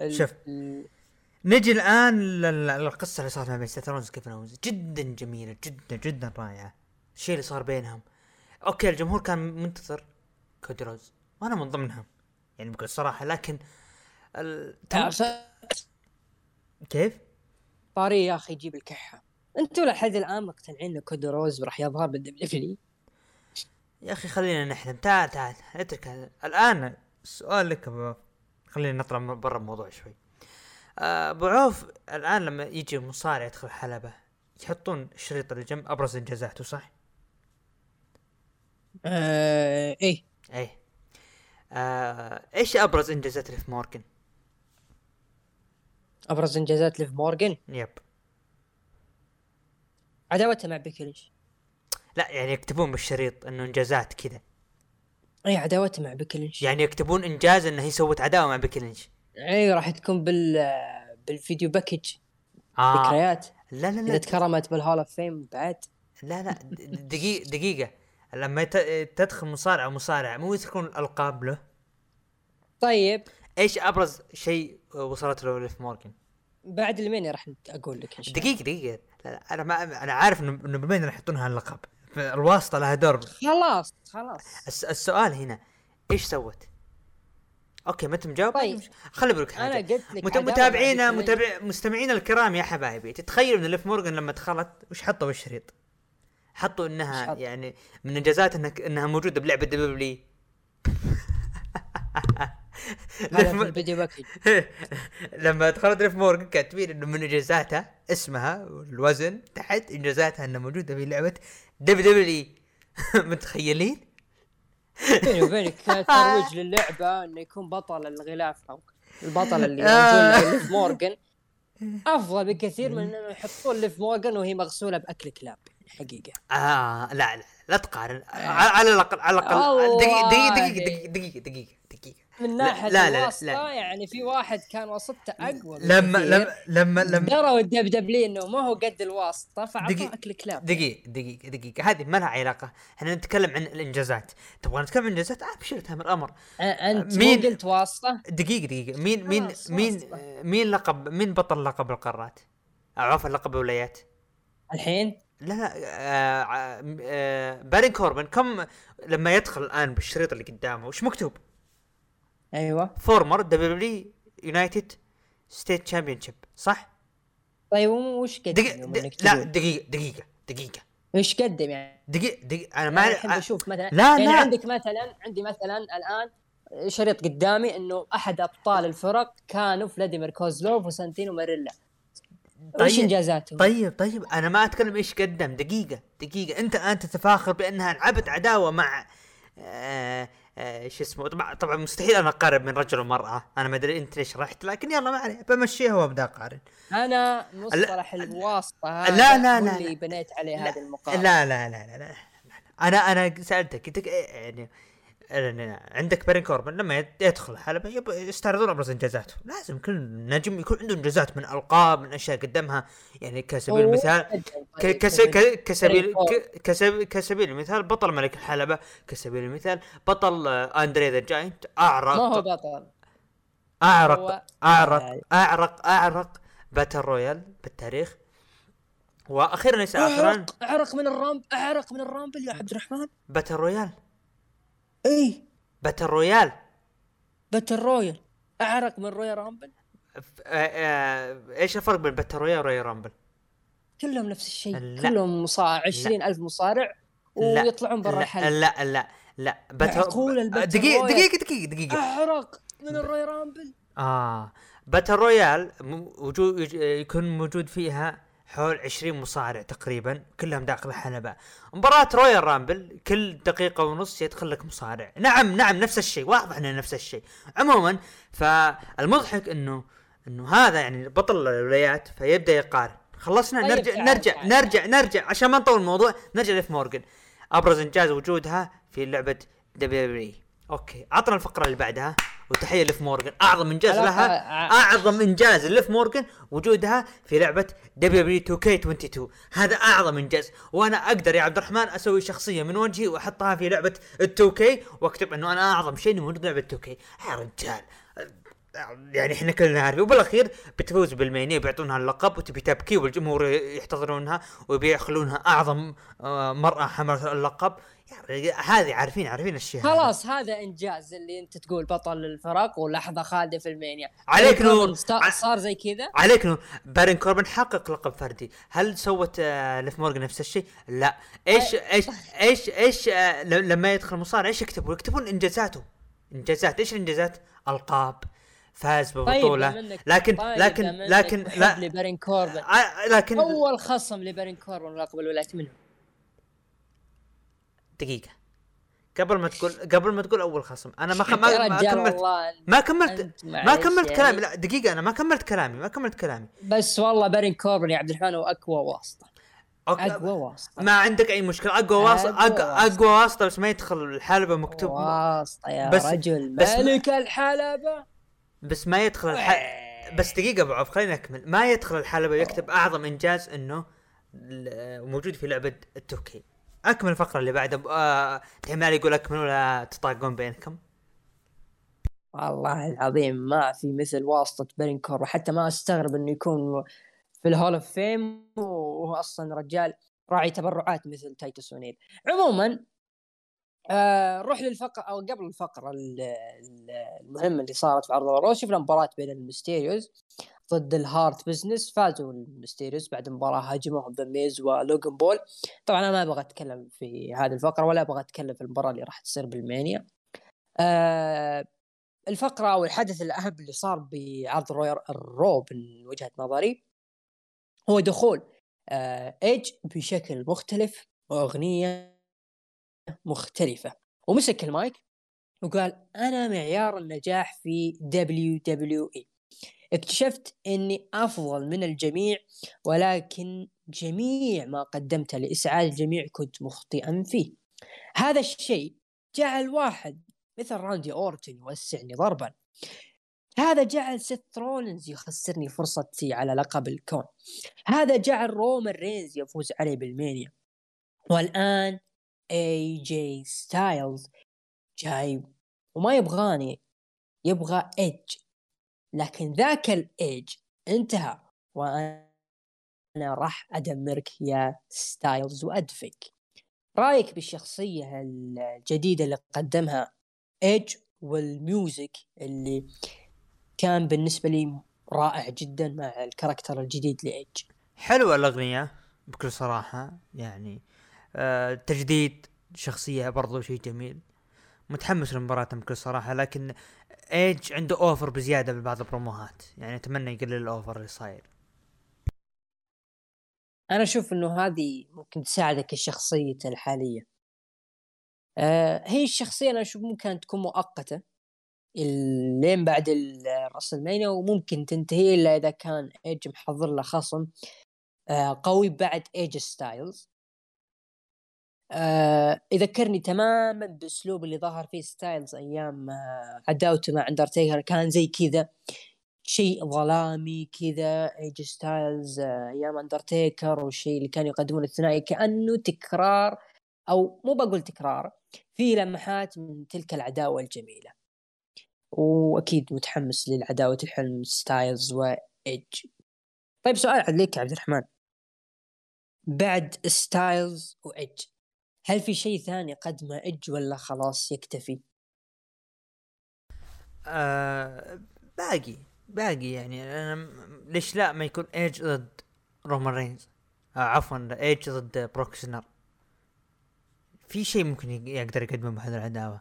نجي الان للقصه اللي صارت ما بين سيث رولينز وكيفن أوينز. جدا جميله جدا رائعه الشيء اللي صار بينهم. اوكي الجمهور كان منتظر كودي روز وانا من ضمنهم يعني بكل صراحه، لكن كيف طاري يا اخي يجيب الكحه. انتوا لحد الان مقتنعين ان كودي روز راح يظهر بالدبليو؟ يا اخي خلينا نحلم. تعال اترك الان السؤال لك. خلينا نطلع برا الموضوع شوي. ابو عوف، الان لما يجي مصارع يدخل حلبة يحطون الشريط اللي جنب ابرز انجازاته صح؟ ايه ايش ابرز انجازات ليف مورغان؟ ابرز انجازات ليف مورغان يب عداوته مع بيكي لينش. لا يعني يكتبون بالشريط انه انجازات كذا. اي عداوته مع بيكي لينش، يعني يكتبون انجاز انه هي سوت عداوه مع بيكي لينش. اي راح تكون بالفيديو باكج. ذكريات. لا اذا تكرمت بالهول اوف فيم بعد. لا دقيقه لما تدخل مصارع مو يكون القاب له. طيب ايش ابرز شيء وصلت له ليف مورغان بعد المين؟ راح اقول لك ان شاء الله. دقيقه لا انا عارف انه بالمين راح يحطونها اللقب. الواسطه لها دور. خلاص السؤال هنا ايش سوت؟ اوكي ما انت مجاوب. طيب. خلي بالك حاجه. انا قلت لك مستمعينا الكرام يا حبايبي، تتخيلوا ان ليف مورغان لما دخلت وش حطوا بالشريط؟ حطوا انها يعني من انجازات انها موجوده بلعبه دبليو. لما دخلت ليف مورغان كاتبين انه من انجازاتها اسمها والوزن تحت انجازاتها انها موجوده في لعبه دبليو. متخيلين؟ بيني وبينك ترويج للعبه انه يكون بطل الغلاف او البطل اللي يرجون ليف مورغان افضل بكثير من انه يحطون ليف مورغان وهي مغسوله باكل كلاب حقيقه. لا تقارن. على الاقل دقيقه من ناحيه الواسطه يعني في واحد كان وسطته اقوى لما دروا الدبليو انه ما هو قد الواسطه فاعطاه اكل كلاب. دقيقه هذه ما لها علاقه. احنا نتكلم عن الانجازات. تبغى نتكلم عن الانجازات ابشرتها من الامر. انت مين قلت واسطه؟ دقيقه مين لقب مين بطل لقب القارات عفوا لقب الولايات الحين؟ لا بارين كوربن. كم لما يدخل الان بالشريط اللي قدامه وش مكتوب؟ ايوه فورمر دبليو يونايتد ستيت تشامبيونشيب صح؟ طيب وش قدم؟ لا دقيقه ايش قدم يعني؟ دقيقه انا ما الحين بشوف مثلا لا يعني عندك مثلا عندي مثلا الان شريط قدامي انه احد ابطال الفرق كانوا فلاديمير كوزلوف وسانتينو ماريلا. وش طيب انجازاتهم؟ طيب انا ما اتكلم ايش قدم. دقيقة انت تتفاخر بانها لعبت عداوة مع شو اسمه. طبعا مستحيل انا اقارن من رجل ومرأة، انا ما ادري انت ليش رحت، لكن يلا ما عليه بمشيها وابدا اقارن. انا لا مصطلح الواسطة لا هذا لا هو لا اللي بنيت عليه لا هذه لا المقارنة. لا لا لا, لا, لا. انا سالتك انت يعني عندك بارين كوربن لما يدخل حلبة يستعرضون ابرز انجازاته. لازم كل نجم يكون عنده انجازات من القاب، من اشياء قدمها. يعني كسبيل هو المثال قدم طيب مثل بارين كوربن. كسبيل المثال بطل ملك الحلبة. كسبيل المثال بطل اندري ذا جاينت. ما هو اعرق بطل، اعرق هو اعرق باتل رويال بالتاريخ. واخيرا ليس اخرا اعرق من الرامب، اعرق من الرامبل يا عبد الرحمن. باتل رويال. اي باتل رويال باتل رويال، اعرق من رويال رامبل. ايش الفرق بين باتل رويال ورويال رامبل؟ كلهم نفس الشيء، لا كلهم مصارع لا 20,000 مصارع لا ويطلعون برا لا الحلبة. لا لا لا معقول الباتل دقيقة رويال دقيقة. اعرق من الرويال رامبل؟ باتل رويال وجود يكون موجود فيها حول 20 مصارع تقريبا كلهم داخل الحلبة. مباراة رويال رامبل كل دقيقة ونص يدخل لك مصارع. نعم نفس الشيء، واضح انه نفس الشيء. عموما فالمضحك انه هذا يعني بطل الولايات فيبدأ يقارن. خلصنا. طيب نرجع عشان ما نطول الموضوع. نرجع ليف مورغان. ابرز انجاز وجودها في لعبة دبليو. اوكي عطنا الفقرة اللي بعدها. وتحية ليف مورغان. اعظم انجاز لها، اعظم انجاز ليف مورغان وجودها في لعبة دبليو 2K22. هذا اعظم انجاز. وانا اقدر يا عبد الرحمن اسوي شخصية من وجهي واحطها في لعبة 2K واكتب انه انا اعظم شيء موجود لعبة 2K. يا رجال يعني احنا كلنا عارفين. وبالاخير بتفوز بالمانيا بيعطونها اللقب وتبي تبكي والجمهور يحتضنونها وبيخلونها اعظم مرأة حملت اللقب. يعني هذه عارفين الشيء هذا. خلاص هذا انجاز اللي انت تقول بطل الفرق ولحظة خالدة في المانيا. عليك نور. صار زي كذا. عليك نور. بارين كوربن حقق لقب فردي. هل سوت ليف مورغان نفس الشيء؟ لا. ايش لما يدخل مصارع ايش يكتبون انجازاته. ايش الانجازات؟ القاب. فاز ببطولة. طيب لكن لا لبارين كوربن. لكن اول خصم لبارين كوربن لقب الولايات منهم. دقيقة قبل ما تقول اول خصم انا ما كملت كلامي. لا دقيقة انا ما كملت كلامي. بس والله بارين كوربن يا عبد الرحمن هو اقوى واسطة. اقوى واسطة. ما عندك اي مشكلة. اقوى واسطة بس ما يدخل الحلبة مكتوب واسطة يا بس رجل ملك الحلبة. بس ما يدخل بس دقيقة ابو عوف خليني اكمل. ما يدخل الحلبة يكتب اعظم انجاز انه موجود في لعبة التوكي. اكمل الفقرة اللي بعدها. تحمل يقول اكمل ولا تطاقون بينكم؟ والله العظيم ما في مثل واسطة بارين كوربن. حتى ما استغرب انه يكون في الهول اوف فيم وهو اصلا رجال راعي تبرعات مثل تايتوس اونيل. عموما نروح للفقرة او قبل الفقرة المهمة اللي صارت في عرض الروس. شفنا مباراة بين الميستيريوز ضد الهارت بزنس. فازوا الميستيريوز بعد مباراة هاجمهم ذا ميز ولوغان بول. طبعا انا ما ابغى اتكلم في هذه الفقرة ولا ابغى اتكلم في المباراة اللي راح تصير بالمانيا. الفقرة او الحدث الاهم اللي صار بعرض الرو من وجهة نظري هو دخول ايج بشكل مختلف واغنية مختلفة. ومسك المايك وقال انا معيار النجاح في WWE. اكتشفت اني افضل من الجميع ولكن جميع ما قدمته لاسعاد الجميع كنت مخطئا فيه. هذا الشيء جعل واحد مثل راندي اورتن يوسعني ضربا. هذا جعل سيث رولينز يخسرني فرصتي على لقب الكون. هذا جعل رومان رينز يفوز عليه بالمانيا. والآن اي جي ستايلز جاي وما يبغاني، يبغى ايج. لكن ذاك الايج انتهى وانا راح ادمرك يا ستايلز وادفك. رايك بالشخصية الجديدة اللي قدمها ايج والميوزك اللي كان بالنسبة لي رائع جدا مع الكاركتر الجديد لإيج؟ حلوة الأغنية بكل صراحة يعني. تجديد شخصية برضو شيء جميل. متحمس لمباراتهم بكل صراحه، لكن ايج عنده اوفر بزياده ببعض البروموهات، يعني اتمنى يقلل الاوفر اللي صاير. انا اشوف انه هذه ممكن تساعدك الشخصيه الحاليه. هي الشخصيه انا اشوف ممكن تكون مؤقته لين بعد الرسلمانيا، وممكن تنتهي الا اذا كان ايج محضر له خصم قوي بعد ايج ستايلز. يذكرني تماما باسلوب اللي ظهر فيه ستايلز ايام عداوته مع اندرتيكر، كان زي كذا شيء ظلامي كذا ايج ستايلز ايام اندرتيكر، والشيء اللي كانوا يقدمونه الثنائي كانه تكرار، او مو بقول تكرار، في لمحات من تلك العداوه الجميله. واكيد متحمس للعداوه الحلم ستايلز وايج. طيب سؤال عليك يا عبد الرحمن، بعد ستايلز وايج هل في شيء ثاني قدمه ايج ولا خلاص يكتفي؟ آه باقي يعني انا ليش لا ما يكون ايج ضد رومان رينز، عفوا ايج ضد بروكسنر، في شيء ممكن يقدر يقدمه بهذا العداوه.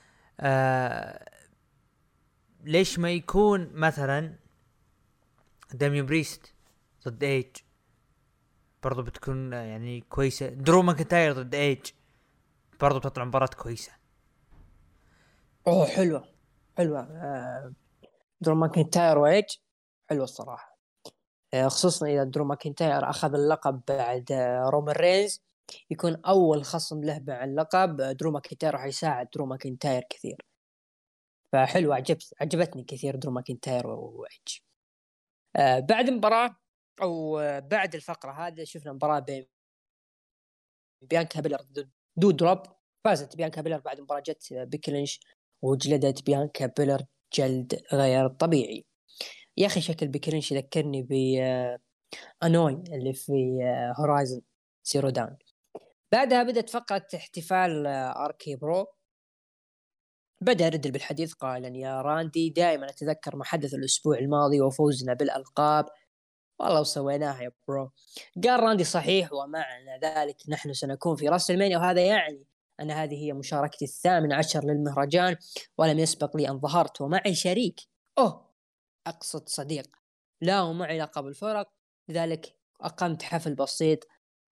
ليش ما يكون مثلا داميان بريست ضد ايج، برضو بتكون يعني كويسه. درو ماكنتاير ضد ايج برضو بتطلع مباراة كويسه. اوه حلوه، حلوه. درو ماكنتاير وايج حلوه الصراحه. خصوصا إذا درو ماكنتاير أخذ اللقب بعد رومان رينز، يكون أول خصم له مع اللقب. درو ماكنتاير راح يساعد درو ماكنتاير كثير، فحلوة. عجبتني كثير درو ماكنتاير وإيج. بعد مباراة أو بعد الفقرة هذه شفنا مباراة بين بيانكا بيلر ضد دود دروب. فازت بيانكا بيلر بعد مباراة جت بيكلينش وجلدت بيانكا بيلر جلد غير طبيعي. يا أخي شكل بيكلينش يذكرني ب أنوي اللي في هورايزن زيرو داون. بعدها بدأت فقرة احتفال آركي برو. بدأ ريدل بالحديث قائلا: يا راندي دائما أتذكر ما حدث الأسبوع الماضي وفوزنا بالألقاب، والله وسويناها يا برو. قال راندي: صحيح، ومعنى ذلك نحن سنكون في راس المانيا، وهذا يعني أن هذه هي مشاركتي 18 للمهرجان، ولم يسبق لي أن ظهرت ومعي شريك، أقصد صديق، لا ومعي لقب الفرق، لذلك أقمت حفل بسيط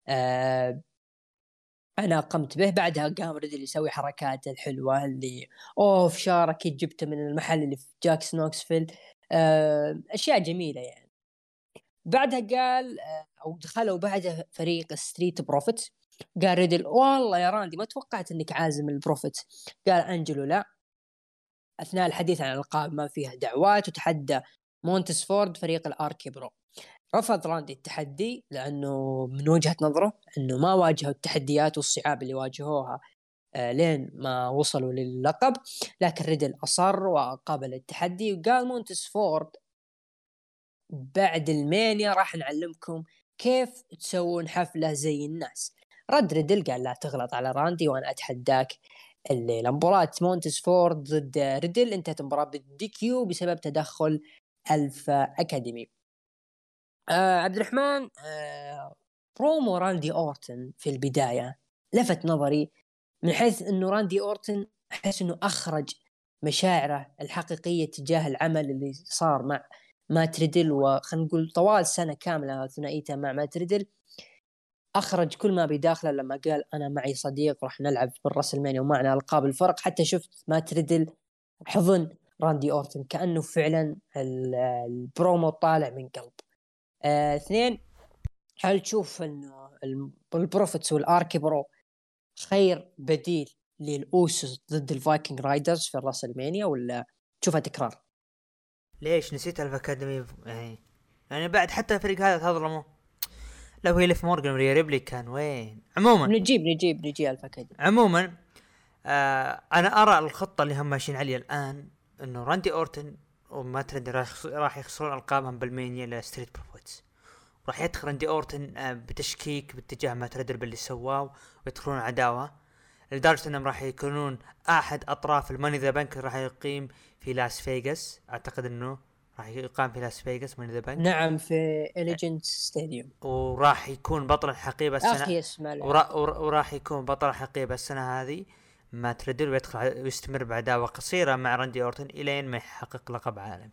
أنا قمت به. بعدها قام ريدل يسوي حركات الحلوة اللي في شارك جبته من المحل اللي في جاكس نوكسفيل، أشياء جميلة يعني. بعدها قال أو دخلوا بعد فريق ستريت بروفيت. قال ريدل: والله يا راندي ما توقعت أنك عازم البروفيت. قال أنجلو: لا، أثناء الحديث عن الألقاب ما فيها دعوات، وتحدى مونتسفورد فريق الآركي برو. رفض راندي التحدي لأنه من وجهة نظره أنه ما واجهوا التحديات والصعاب اللي واجهوها لين ما وصلوا للقب، لكن ريدل أصر وقابل التحدي، وقال مونتسفورد: بعد المانيا راح نعلمكم كيف تسوون حفلة زي الناس. رد ريدل قال: لا تغلط على راندي، وأنا أتحداك الليلة. مباراة مونتسفورد ضد ريدل انتهت مباراة بالدي كيو بسبب تدخل ألفا أكاديمي. عبد الرحمن، برومو راندي أورتن في البداية لفت نظري، من حيث أنه راندي أورتن أحس أنه أخرج مشاعره الحقيقية تجاه العمل اللي صار مع مات ريدل، وخلينا نقول طوال سنة كاملة ثنائيته مع مات ريدل. أخرج كل ما بداخله لما قال: أنا معي صديق راح نلعب بالرسلمانيا ومعنا ألقاب الفرق. حتى شفت مات ريدل حضن راندي أورتن كأنه فعلا البرومو طالع من قلب. اثنين، هل تشوف انه البروفيتس والاركي برو خير بديل للأوسوس ضد الفايكنج رايدرز في الراسلمانيا، ولا تشوفها تكرار؟ ليش نسيت الف اكاديمي يعني بعد حتى الفريق هذا تظلمه. لو هي ليف مورغان وريا ريبلي كان وين. عموما نجيب الفا اكاديمي. عموما انا ارى الخطه اللي هم ماشيين عليها الان انه راندي اورتن وما ترندي راح يخسرون القابهم بالمانيا لستريت بروفيتس. راح يدخل راندي اورتن بتشكيك باتجاه ما ترندل باللي سواه، ويدخلون عداوه لدرجه انهم راح يكونون احد اطراف الماني ذا بانك. راح يقيم في لاس فيغاس، اعتقد انه راح يقام في لاس فيغاس ماني ذا بانك. نعم، في إليجنت ستاديوم. وراح يكون بطل الحقيبه السنه اخي اسمع وراح يكون بطل الحقيبه السنه هذه مات ريدل ويدخل ويستمر بعداوة قصيرة مع راندي أورتن إلين ما يحقق لقب عالمي.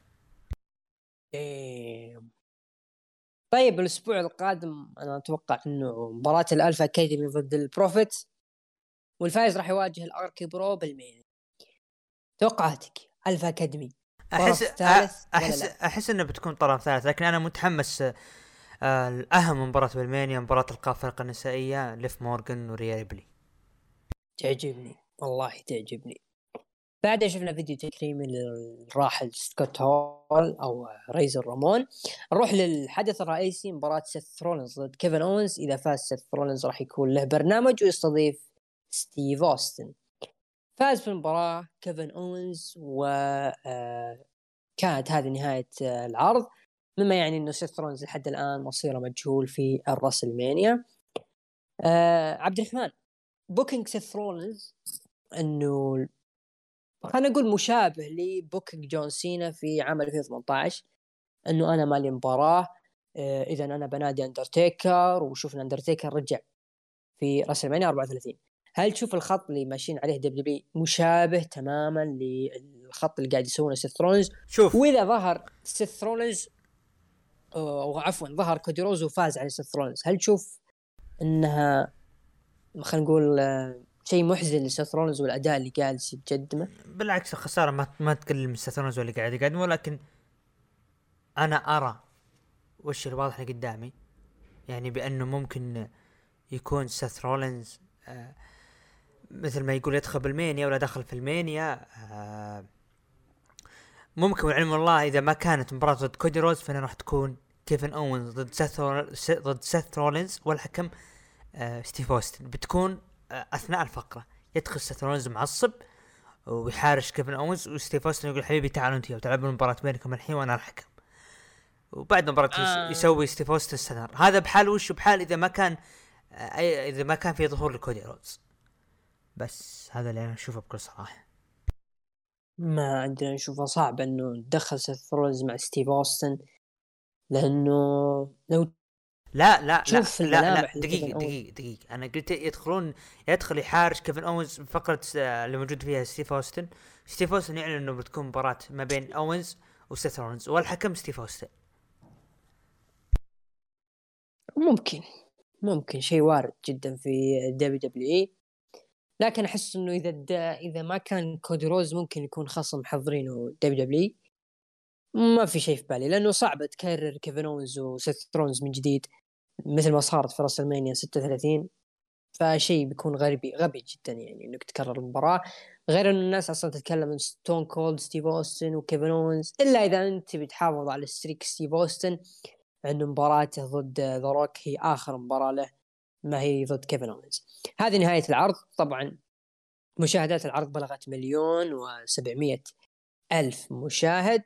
طيب الأسبوع القادم أنا أتوقع إنه مباراة الألفا أكاديمي ضد البروفيت، والفائز راح يواجه الأركي برو بالمين. توقعاتك ألفا أكاديمي طرف ثالث ولا لا؟ أحس إنه بتكون طرف ثالث، لكن أنا متحمس. الأهم مباراة بالمانيا مباراة الفرق النسائية ليف مورغان وريا ريبلي. تعجبني والله تعجبني. بعدها شفنا فيديو تكريمي للراحل سكوت هول أو ريزر رامون. نروح للحدث الرئيسي، مباراة سيث رولينز ضد كيفن أوينز. إذا فاز سيث رولينز راح يكون له برنامج ويستضيف ستيف أوستن. فاز في المباراة كيفن أوينز، وكانت هذه نهاية العرض، مما يعني أنه سيث رولينز لحد الآن مصيره مجهول في الراسلمانيا. عبد الرحمن، بوكينج سيث رولينز أنه خلينا نقول مشابه لبوكينج جون سينا في عام 2018، انه انا مالي مباراه، اذا انا بنادي اندرتيكر، وشوفنا اندرتيكر رجع في راسلمانيا 34. هل تشوف الخط اللي ماشيين عليه دبليو مشابه تماما للخط اللي قاعد يسوونه سيث رولينز؟ شوف، واذا ظهر سيث رولينز او عفوا ظهر كودي روز وفاز على سيث رولينز، هل تشوف انها خلينا نقول شيء محزن لسيث رولينز والاداء اللي جالس يقدمه؟ بالعكس الخسارة ما تقلل من سيث رولينز اللي قاعد يقدمه، ولكن أنا أرى وش الواضح اللي قدامي، يعني بأنه ممكن يكون سيث رولينز مثل ما يقول يدخل بالمانيا ولا دخل في المانيا. ممكن، والعلم والله إذا ما كانت مباراة ضد كودي روز فإنها راح تكون كيفن أوينز ضد سيث رولينز، والحكم ستيف أوستن. بتكون أثناء الفقرة يدخل سيث رولينز معصب ويحارش كيفن أوينز، وستيف أوستن يقول حبيبي تعالوا انتوا تلعبون المباراة بينكم الحين وأنا الحكم. وبعد مباراة يسوي ستيف أوستن السنار. هذا بحال وش بحال إذا ما كان في ظهور لكودي روز. بس هذا اللي أنا أشوفه بكل صراحة. ما عندنا نشوفه صعب انه ندخل سيث رولينز مع ستيف أوستن، لانه لو شوف الملامح دقيقة أنا قلت يدخل يحارش كيفن أوينز بفقرة اللي موجود فيها ستيف أوستن. ستيف أوستن يعلن إنه بتكون مباراة ما بين أوينز وسيث رولينز والحكم ستيف أوستن. ممكن شيء وارد جدا في WWE، لكن احس انه اذا ما كان كودي روز ممكن يكون خصم محضرينه WWE. ما في شيء في بالي، لانه صعب تكرر كيفن أوينز وسيث رولينز من جديد مثل ما صارت في راسلمانيا 36. فشيء بيكون غبي جدا يعني انك تكرر المباراة، غير انه الناس اصلا تتكلم عن ستون كولد ستيف أوستن وكيفن أوينز، الا اذا انت بتحافظ على ستريك ستيف أوستن عنده مباراته ضد ذا روك هي آخر مباراة له، ما هي ضد كيفن أوينز. هذه نهاية العرض. طبعا مشاهدات العرض بلغت 1,700,000 مشاهد،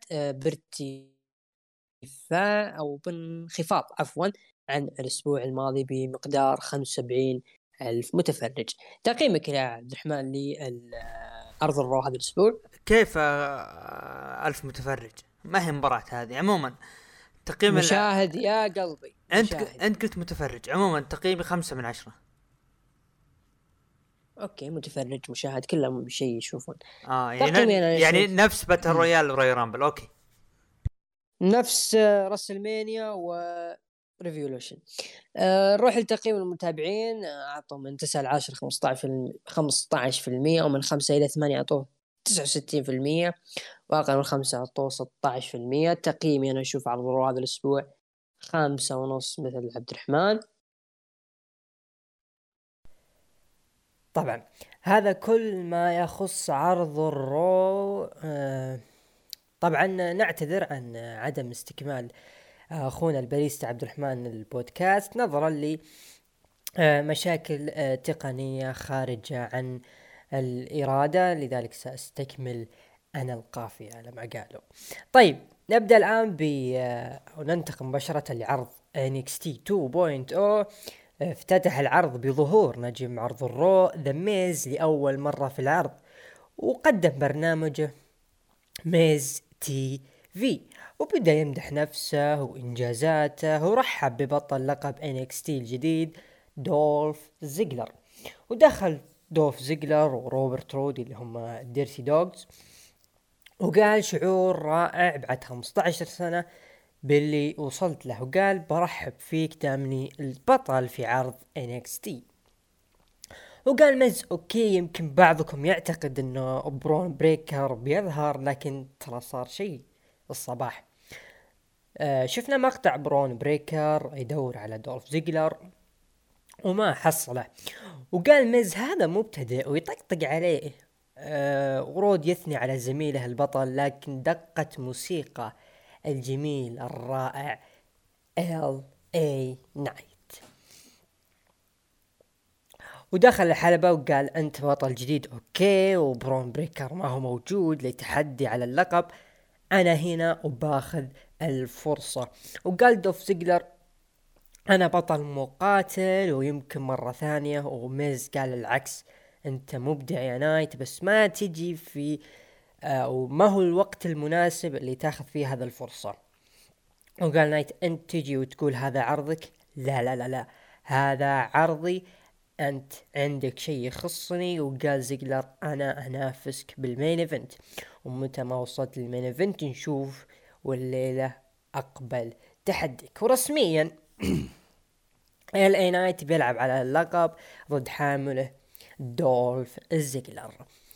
بانخفاض عفوا عن الأسبوع الماضي بمقدار 75,000 متفرج. تقييمك يا عبد الرحمن لعرض الرو هذا الأسبوع؟ كيف 1000 متفرج؟ ما هي مباراة هذه عموما. تقييم مشاهد يا قلبي، انت قلت متفرج. عموما تقييمي 5/10. اوكي، متفرج مشاهد كلهم شيء يشوفون. يعني نفس باتل رويال وراي رامبل. اوكي، نفس راسلمانيا وريفولوشن. نروح لتقييم المتابعين. اعطوا من 9 ل 10 15%، ومن 5 إلى 8 اعطوه 69%، واقل من 5 اعطوه 16%. تقييمي انا اشوف عرض هذا الاسبوع 5.5 مثل عبد الرحمن. طبعا هذا كل ما يخص عرض الرو. طبعا نعتذر عن عدم استكمال اخونا الباريستا عبد الرحمن البودكاست نظرا لمشاكل تقنية خارجة عن الإرادة، لذلك سأستكمل أنا القافية على ما قالوا. طيب نبدأ الآن وننتقل مباشرة لعرض NXT 2.0. افتتح العرض بظهور نجم عرض الرو ذا ميز لأول مرة في العرض، وقدم برنامجه ميز تي في، وبدأ يمدح نفسه وإنجازاته، ورحب ببطل لقب NXT الجديد دولف زيجلر، ودخل دوف زيجلر وروبرت رودي اللي هم ديرتي دوغز، وقال شعور رائع بعد 15 سنة باللي وصلت له، وقال برحب فيك دامني البطل في عرض NXT. وقال مز اوكي يمكن بعضكم يعتقد انه برون بريكر بيظهر، لكن ترى صار شيء الصباح. شفنا مقطع برون بريكر يدور على دولف زيجلر وما حصله، وقال مز هذا مبتدئ ويطقطق عليه. ورود يثني على زميله البطل، لكن دقة موسيقى الجميل الرائع LA نايت ودخل الحلبة وقال انت بطل جديد اوكي، وبرون بريكر ما هو موجود لتحدي على اللقب، انا هنا وباخذ الفرصة. وقال دوف زيجلر انا بطل مقاتل ويمكن مرة ثانية، وميز قال العكس، انت مبدع يا نايت بس ما تجي في وما هو الوقت المناسب اللي تاخذ فيه هذا الفرصة. وقال نايت انت تجي وتقول هذا عرضك، لا لا لا لا هذا عرضي، انت عندك شيء يخصني. وقال زيجلر انا انافسك بالمين ايفنت، ومتى ما وصلت للمين ايفنت نشوف، والليلة اقبل تحديك. ورسميا LA نايت بيلعب على اللقب ضد حامله دولف زيجلر.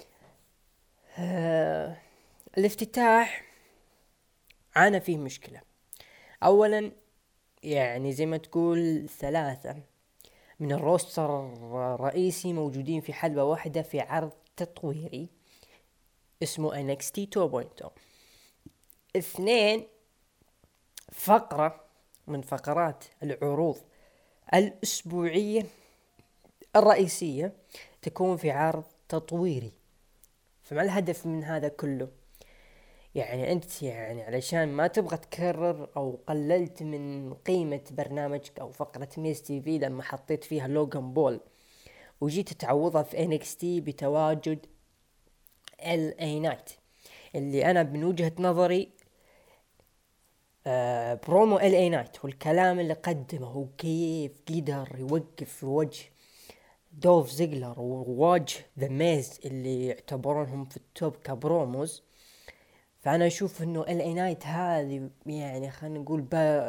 الافتتاح عانى فيه مشكلة. اولا يعني زي ما تقول 3 من الروستر الرئيسي موجودين في حلبة واحدة في عرض تطويري اسمه NXT 2.0. 2 فقرة من فقرات العروض الأسبوعية الرئيسية تكون في عرض تطويري. فما الهدف من هذا كله؟ يعني انت يعني علشان ما تبغى تكرر او قللت من قيمة برنامجك او فقرة ميز تي في لما حطيت فيها لوغان بول، وجيت تعوضها في NXT بتواجد LA نايت، اللي انا من وجهة نظري برومو LA نايت والكلام اللي قدمه وكيف قدر يوقف في وجه دوف زيجلر ووجه ذا ميز اللي يعتبرونهم في التوب كبروموز. فانا اشوف انه LA نايت هذه يعني خلينا نقول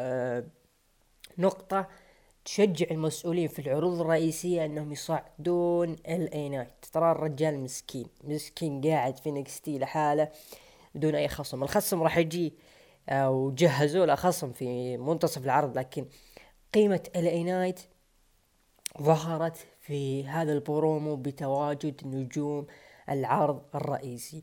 نقطة تشجع المسؤولين في العروض الرئيسية انهم يصعدون LA نايت. ترى الرجال مسكين قاعد في NXT لحاله بدون اي خصم. الخصم راح يجي وجهزوا له خصم في منتصف العرض، لكن قيمة LA نايت ظهرت في هذا البرومو بتواجد نجوم العرض الرئيسي.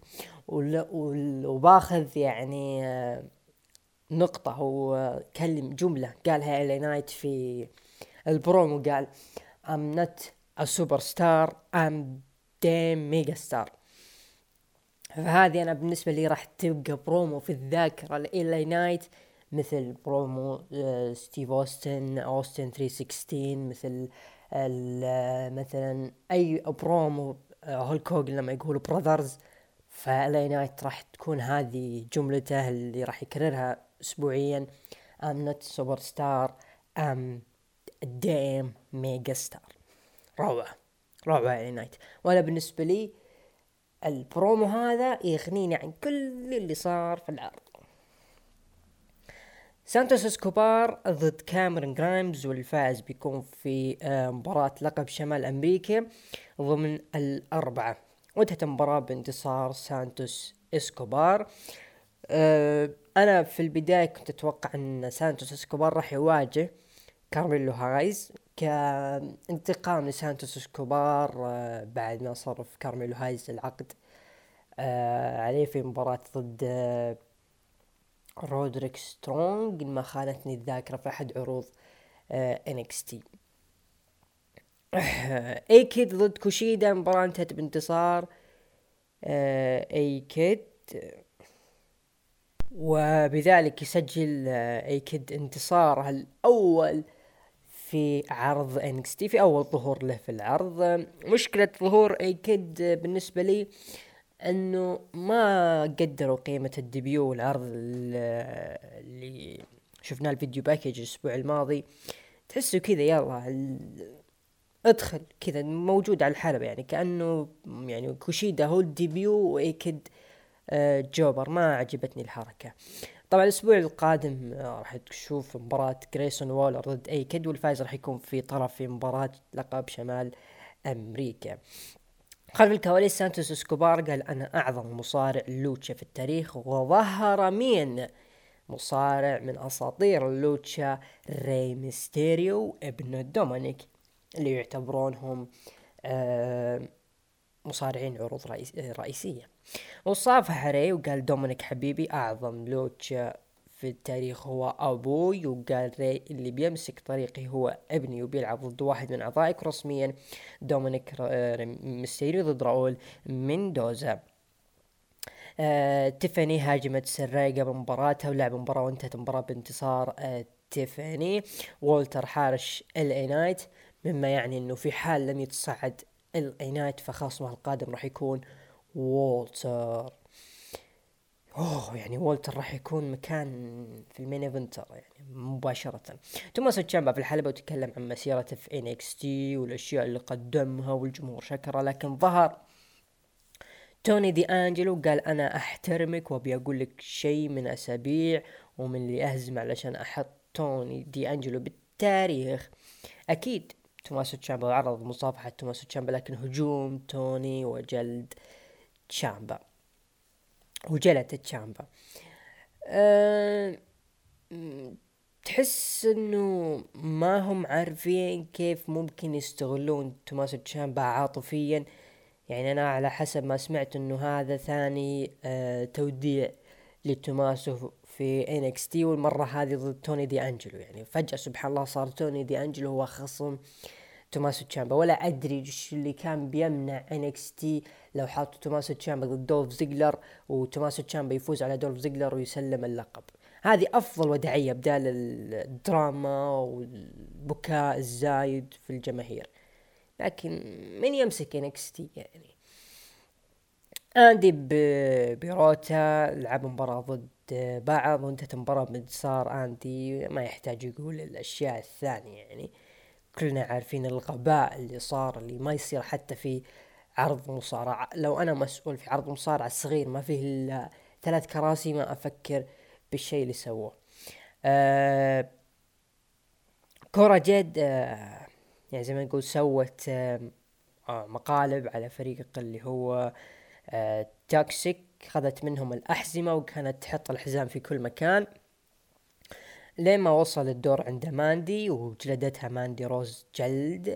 وباخذ يعني نقطة هو كلم جملة قالها LA نايت في البرومو، قال I'm not a superstar I'm damn mega star. فهذه أنا بالنسبة لي راح تبقى برومو في الذاكرة لإلي نايت، مثل برومو ستيف أوستن 316، مثل مثلا أي برومو هولك هوجن لما يقولوا براذرز. فإلي نايت راح تكون هذه جملته اللي راح يكررها أسبوعيا، I'm not superstar I'm damn mega star. روعة إلي نايت. وأنا بالنسبة لي البرومو هذا يغنيني عن كل اللي صار في العرض. سانتوس اسكوبار ضد كاميرون جرايمز، والفائز بيكون في مباراة لقب شمال أمريكا ضمن 4. وانتهت المباراة بانتصار سانتوس اسكوبار. أنا في البداية كنت أتوقع أن سانتوس اسكوبار راح يواجه كارميلو هايز كانتقام لسانتوس اسكوبار بعد ما صرف كارميلو هايز العقد عليه في مباراة ضد رودريك سترونج إن ما خانتني الذاكرة في أحد عروض NXT. ايكيد ضد كوشيدا، مباراة انتهت بانتصار ايكيد، وبذلك يسجل ايكيد انتصاره الأول في عرض NXT في أول ظهور له في العرض. مشكلة ظهور ايكيد بالنسبة لي انه ما قدروا قيمة الديبيو والعرض اللي شفناه الفيديو باكيج الاسبوع الماضي. تحسوا كذا يلا ادخل كذا موجود على الحلبة، يعني كأنه يعني كوشيدا هو الديبيو وايكيد جوبر. ما عجبتني الحركة. طبعا الاسبوع القادم راح تشوف مباراة جريسون وولر ضد ايكيد، والفائز راح يكون في طرف في مباراة لقب شمال امريكا. خلف الكواليس سانتوس اسكوبار قال انا اعظم مصارع لوتشا في التاريخ، وظهر مين؟ مصارع من اساطير اللوتشا، ري ميستيريو ابن دومينيك، اللي يعتبرونهم مصارعين عروض رئيسية. وصافح ري وقال دومينيك حبيبي أعظم لوتشا في التاريخ هو أبوي، وقال ري اللي بيمسك طريقي هو ابني، وبيلعب ضد واحد من أعضائك رسميا دومينيك ميستيريو ضد راؤول ميندوزا. تيفاني هاجمت سراي قبل مباراتها ولعب مباراة وانتهت مباراة بانتصار تيفاني. وولتر حارش الاي نايت، مما يعني انه في حال لم يتصعد الاي نايت فخصمه القادم راح يكون وولتر. يعني وولتر راح يكون مكان في المين ايفنتر يعني مباشرة. توماس تشامبا في الحلبة وتكلم عن مسيرته في NXT والاشياء اللي قدمها والجمهور شكره، لكن ظهر توني دي أنجلو قال أنا أحترمك وأبي أقول لك شيء من أسابيع ومن اللي أهزم علشان أحط توني دي أنجلو بالتاريخ. أكيد توماسو تشامبا عرض مصافحة توماسو تشامبا، لكن هجوم توني وجلد تشامبا وجلد تشامبا تحس انه ما هم عارفين كيف ممكن يستغلون توماسو تشامبا عاطفيا. يعني انا على حسب ما سمعت انه هذا ثاني توديع لتوماسو في NXT، والمرة هذه ضد توني دي أنجلو. يعني فجأة سبحان الله صار توني دي أنجلو هو خصم توماسو تشامبا، ولا أدري إيش اللي كان بيمنع NXT لو حطوا توماسو تشامبا ضد دولف زيجلر وتوماسو تشامبا يفوز على دولف زيجلر ويسلم اللقب. هذه أفضل وداعية بدال الدراما والبكاء الزايد في الجماهير. لكن من يمسك NXT يعني؟ اندي بيروتا لعب مباراة ضد بعض وانتهت مباراة بانتصار اندي، ما يحتاج يقول الاشياء الثانية. يعني كلنا عارفين الغباء اللي صار، اللي ما يصير حتى في عرض مصارعة. لو انا مسؤول في عرض مصارعة صغير ما فيه الا 3 كراسي ما افكر بالشيء اللي سووه. كورا جيد يعني زي ما نقول سوت مقالب على فريق اللي هو توكسيك، خذت منهم الأحزمة وكانت تحط الحزام في كل مكان لين ما وصل الدور عند ماندي وجلدتها ماندي روز جلد.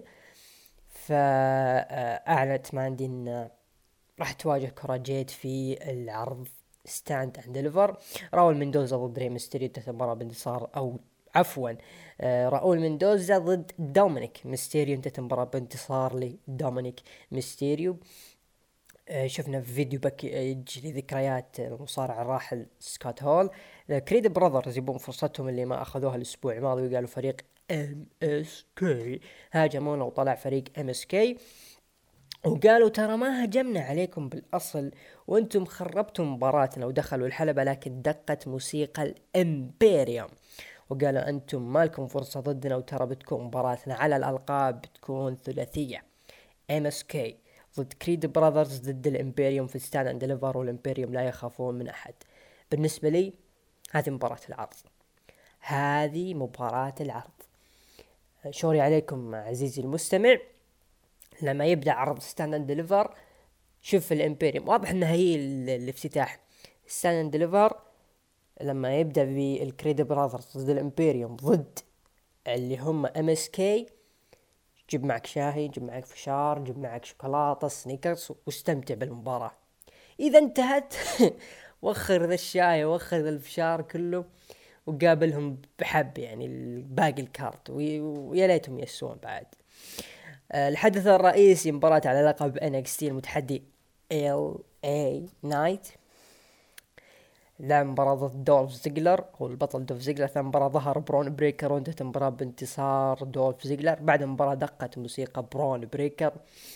فأعلنت ماندي إن راح تواجه كوراجيت في العرض ستاند اند ديليفر. راول مندوزا ضد ري ميستيريو مباراة بانتصار، أو عفوا راؤول مندوزا ضد دومينيك ميستيريو انتهت مباراة بانتصار لدومينيك ميستيريو. شفنا في فيديو يجري ذكريات المصارع الراحل سكوت هول. كريد براذرز يبون فرصتهم اللي ما اخذوها الاسبوع الماضي، وقالوا فريق MSK هاجمونا وطلع فريق MSK وقالوا ترى ما هجمنا عليكم بالاصل وانتم خربتم مباراتنا، ودخلوا الحلبة لكن دقت موسيقى الامبيريوم وقالوا انتم مالكم فرصة ضدنا، وترى بتكون مباراتنا على الالقاب بتكون ثلاثية MSK ضد كريد براذرز ضد الامبيريوم في ستاند اند ديليفر، والامبيريوم لا يخافون من احد. بالنسبة لي هذه مباراة العرض، هذه مباراة العرض. شوري عليكم عزيزي المستمع، لما يبدأ عرض ستاند اند ديليفر شوف الامبيريوم، واضح انها هي الافتتاح. ستاند اند ديليفر لما يبدأ بالكريد براذرز ضد الامبيريوم ضد اللي هم MSK، جيب معك شاهي، جيب معك فشار، جيب معك شوكولاتة سنيكرز واستمتع بالمباراة. إذا انتهت وخر ذا الشاي وخر الفشار كله وقابلهم بحب يعني باقي الكارت، ويا ليتهم يسوون بعد. الحدث الرئيسي مباراة على لقب NXT المتحدي LA Knight، لعب مباراة ضد دولف زيجلر هو البطل دولف زيجلر. ثاني مباراة ظهر برون بريكر وانتهت المباراة بانتصار دولف زيجلر. بعد المباراة دقت موسيقى برون بريكر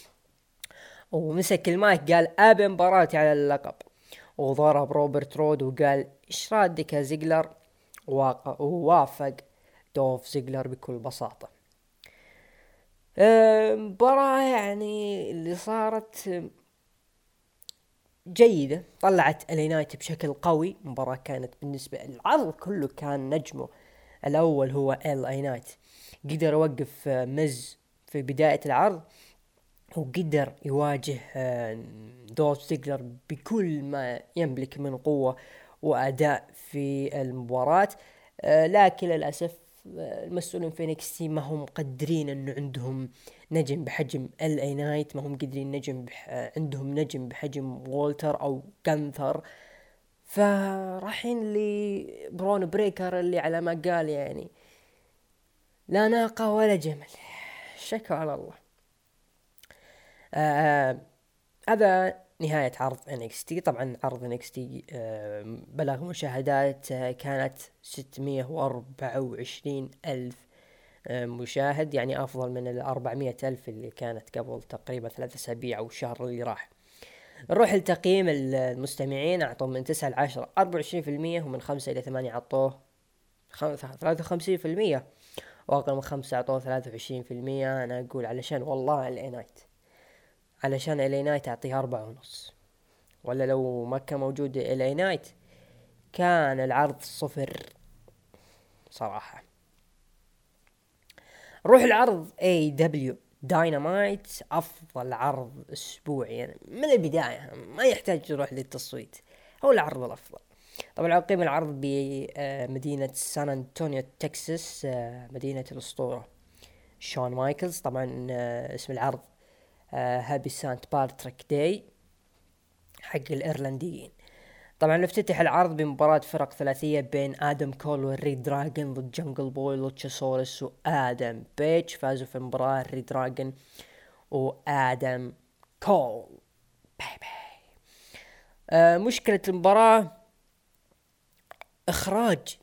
ومسك المايك قال ابي مباراتي على اللقب، وضرب روبرت رود وقال ايش رادك يا زيجلر، ووافق دولف زيجلر بكل بساطة. مباراة يعني اللي صارت جيدة، طلعت الي نايت بشكل قوي. مباراة كانت بالنسبة العرض كله كان نجمه الاول هو ال اي نايت، قدر يوقف مز في بداية العرض، وقدر يواجه دولف زيجلر بكل ما يملك من قوة وأداء في المباراة. لكن للأسف المسؤولين في NXT ما هم مقدرين انه عندهم نجم بحجم ال اي نايت، ما هم قادرين عندهم نجم بحجم وولتر او جانثر، فراحين لبرون بريكر اللي على ما قال يعني لا ناقة ولا جمل، شكوا على الله. هذا نهاية عرض NXT. طبعا عرض NXT بلغ مشاهدات كانت 624 ألف مشاهد، يعني أفضل من 400 ألف اللي كانت قبل تقريبا 3 أسابيع أو شهر اللي راح. نروح لتقييم المستمعين، أعطوه من 9 ل 10 24%، ومن 5 إلى 8 أعطوه 53%، وأقل من 5 أعطوه 23%. أنا أقول علشان والله ال نايت، علشان إلي نايت أعطيه 4.5، ولا لو ما كان موجود إلي نايت كان العرض 0 صراحة. نروح العرض AW داينامايت، أفضل عرض أسبوعي يعني من البداية، ما يحتاج تروح للتصويت، هو العرض الأفضل. طبعا أقيم العرض بمدينة سان أنطونيو تكساس، مدينة الأسطورة شون مايكلز. طبعا اسم العرض هابي سانت باتريك داي حق الإيرلنديين. طبعا افتتح العرض بمباراة فرق ثلاثية بين آدم كول والريد دراجون ضد جنجل بوي لوتشاسورس وآدم بيج. فازوا في المباراة الريد دراجون وآدم كول. باي باي. مشكلة المباراة إخراج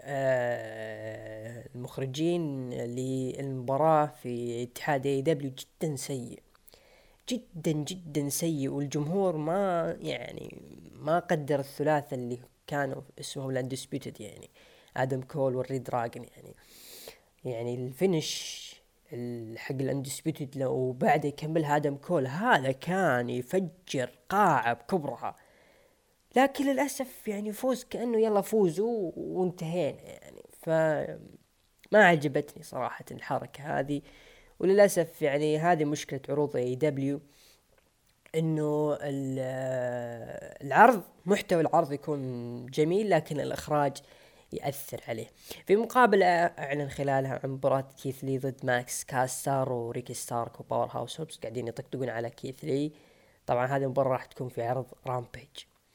المخرجين للمباراة في اتحاد AEW جدا سيء، جدا جدا سيء، والجمهور ما قدر الثلاثة اللي كانوا اسمهم الاندسبيوتد، يعني آدم كول والريد دراجون. يعني الفينش حق الاندسبيوتد لو بعد يكملها آدم كول هذا كان يفجر قاعة بكبرها، لكن للأسف يعني فوز كأنه يلا فوزوا وانتهينا يعني. ما عجبتني صراحة الحركة هذه، وللأسف يعني هذه مشكلة عروض AEW، انه العرض، محتوى العرض يكون جميل لكن الاخراج يأثر عليه. في مقابلة اعلن خلالها عن مباراة كيث لي ضد ماكس كاستر وريكي ستارك وباور هاوس هوبس، قاعدين يطقطقون على كيث لي. طبعا هذه المباراة راح تكون في عرض رامبيج.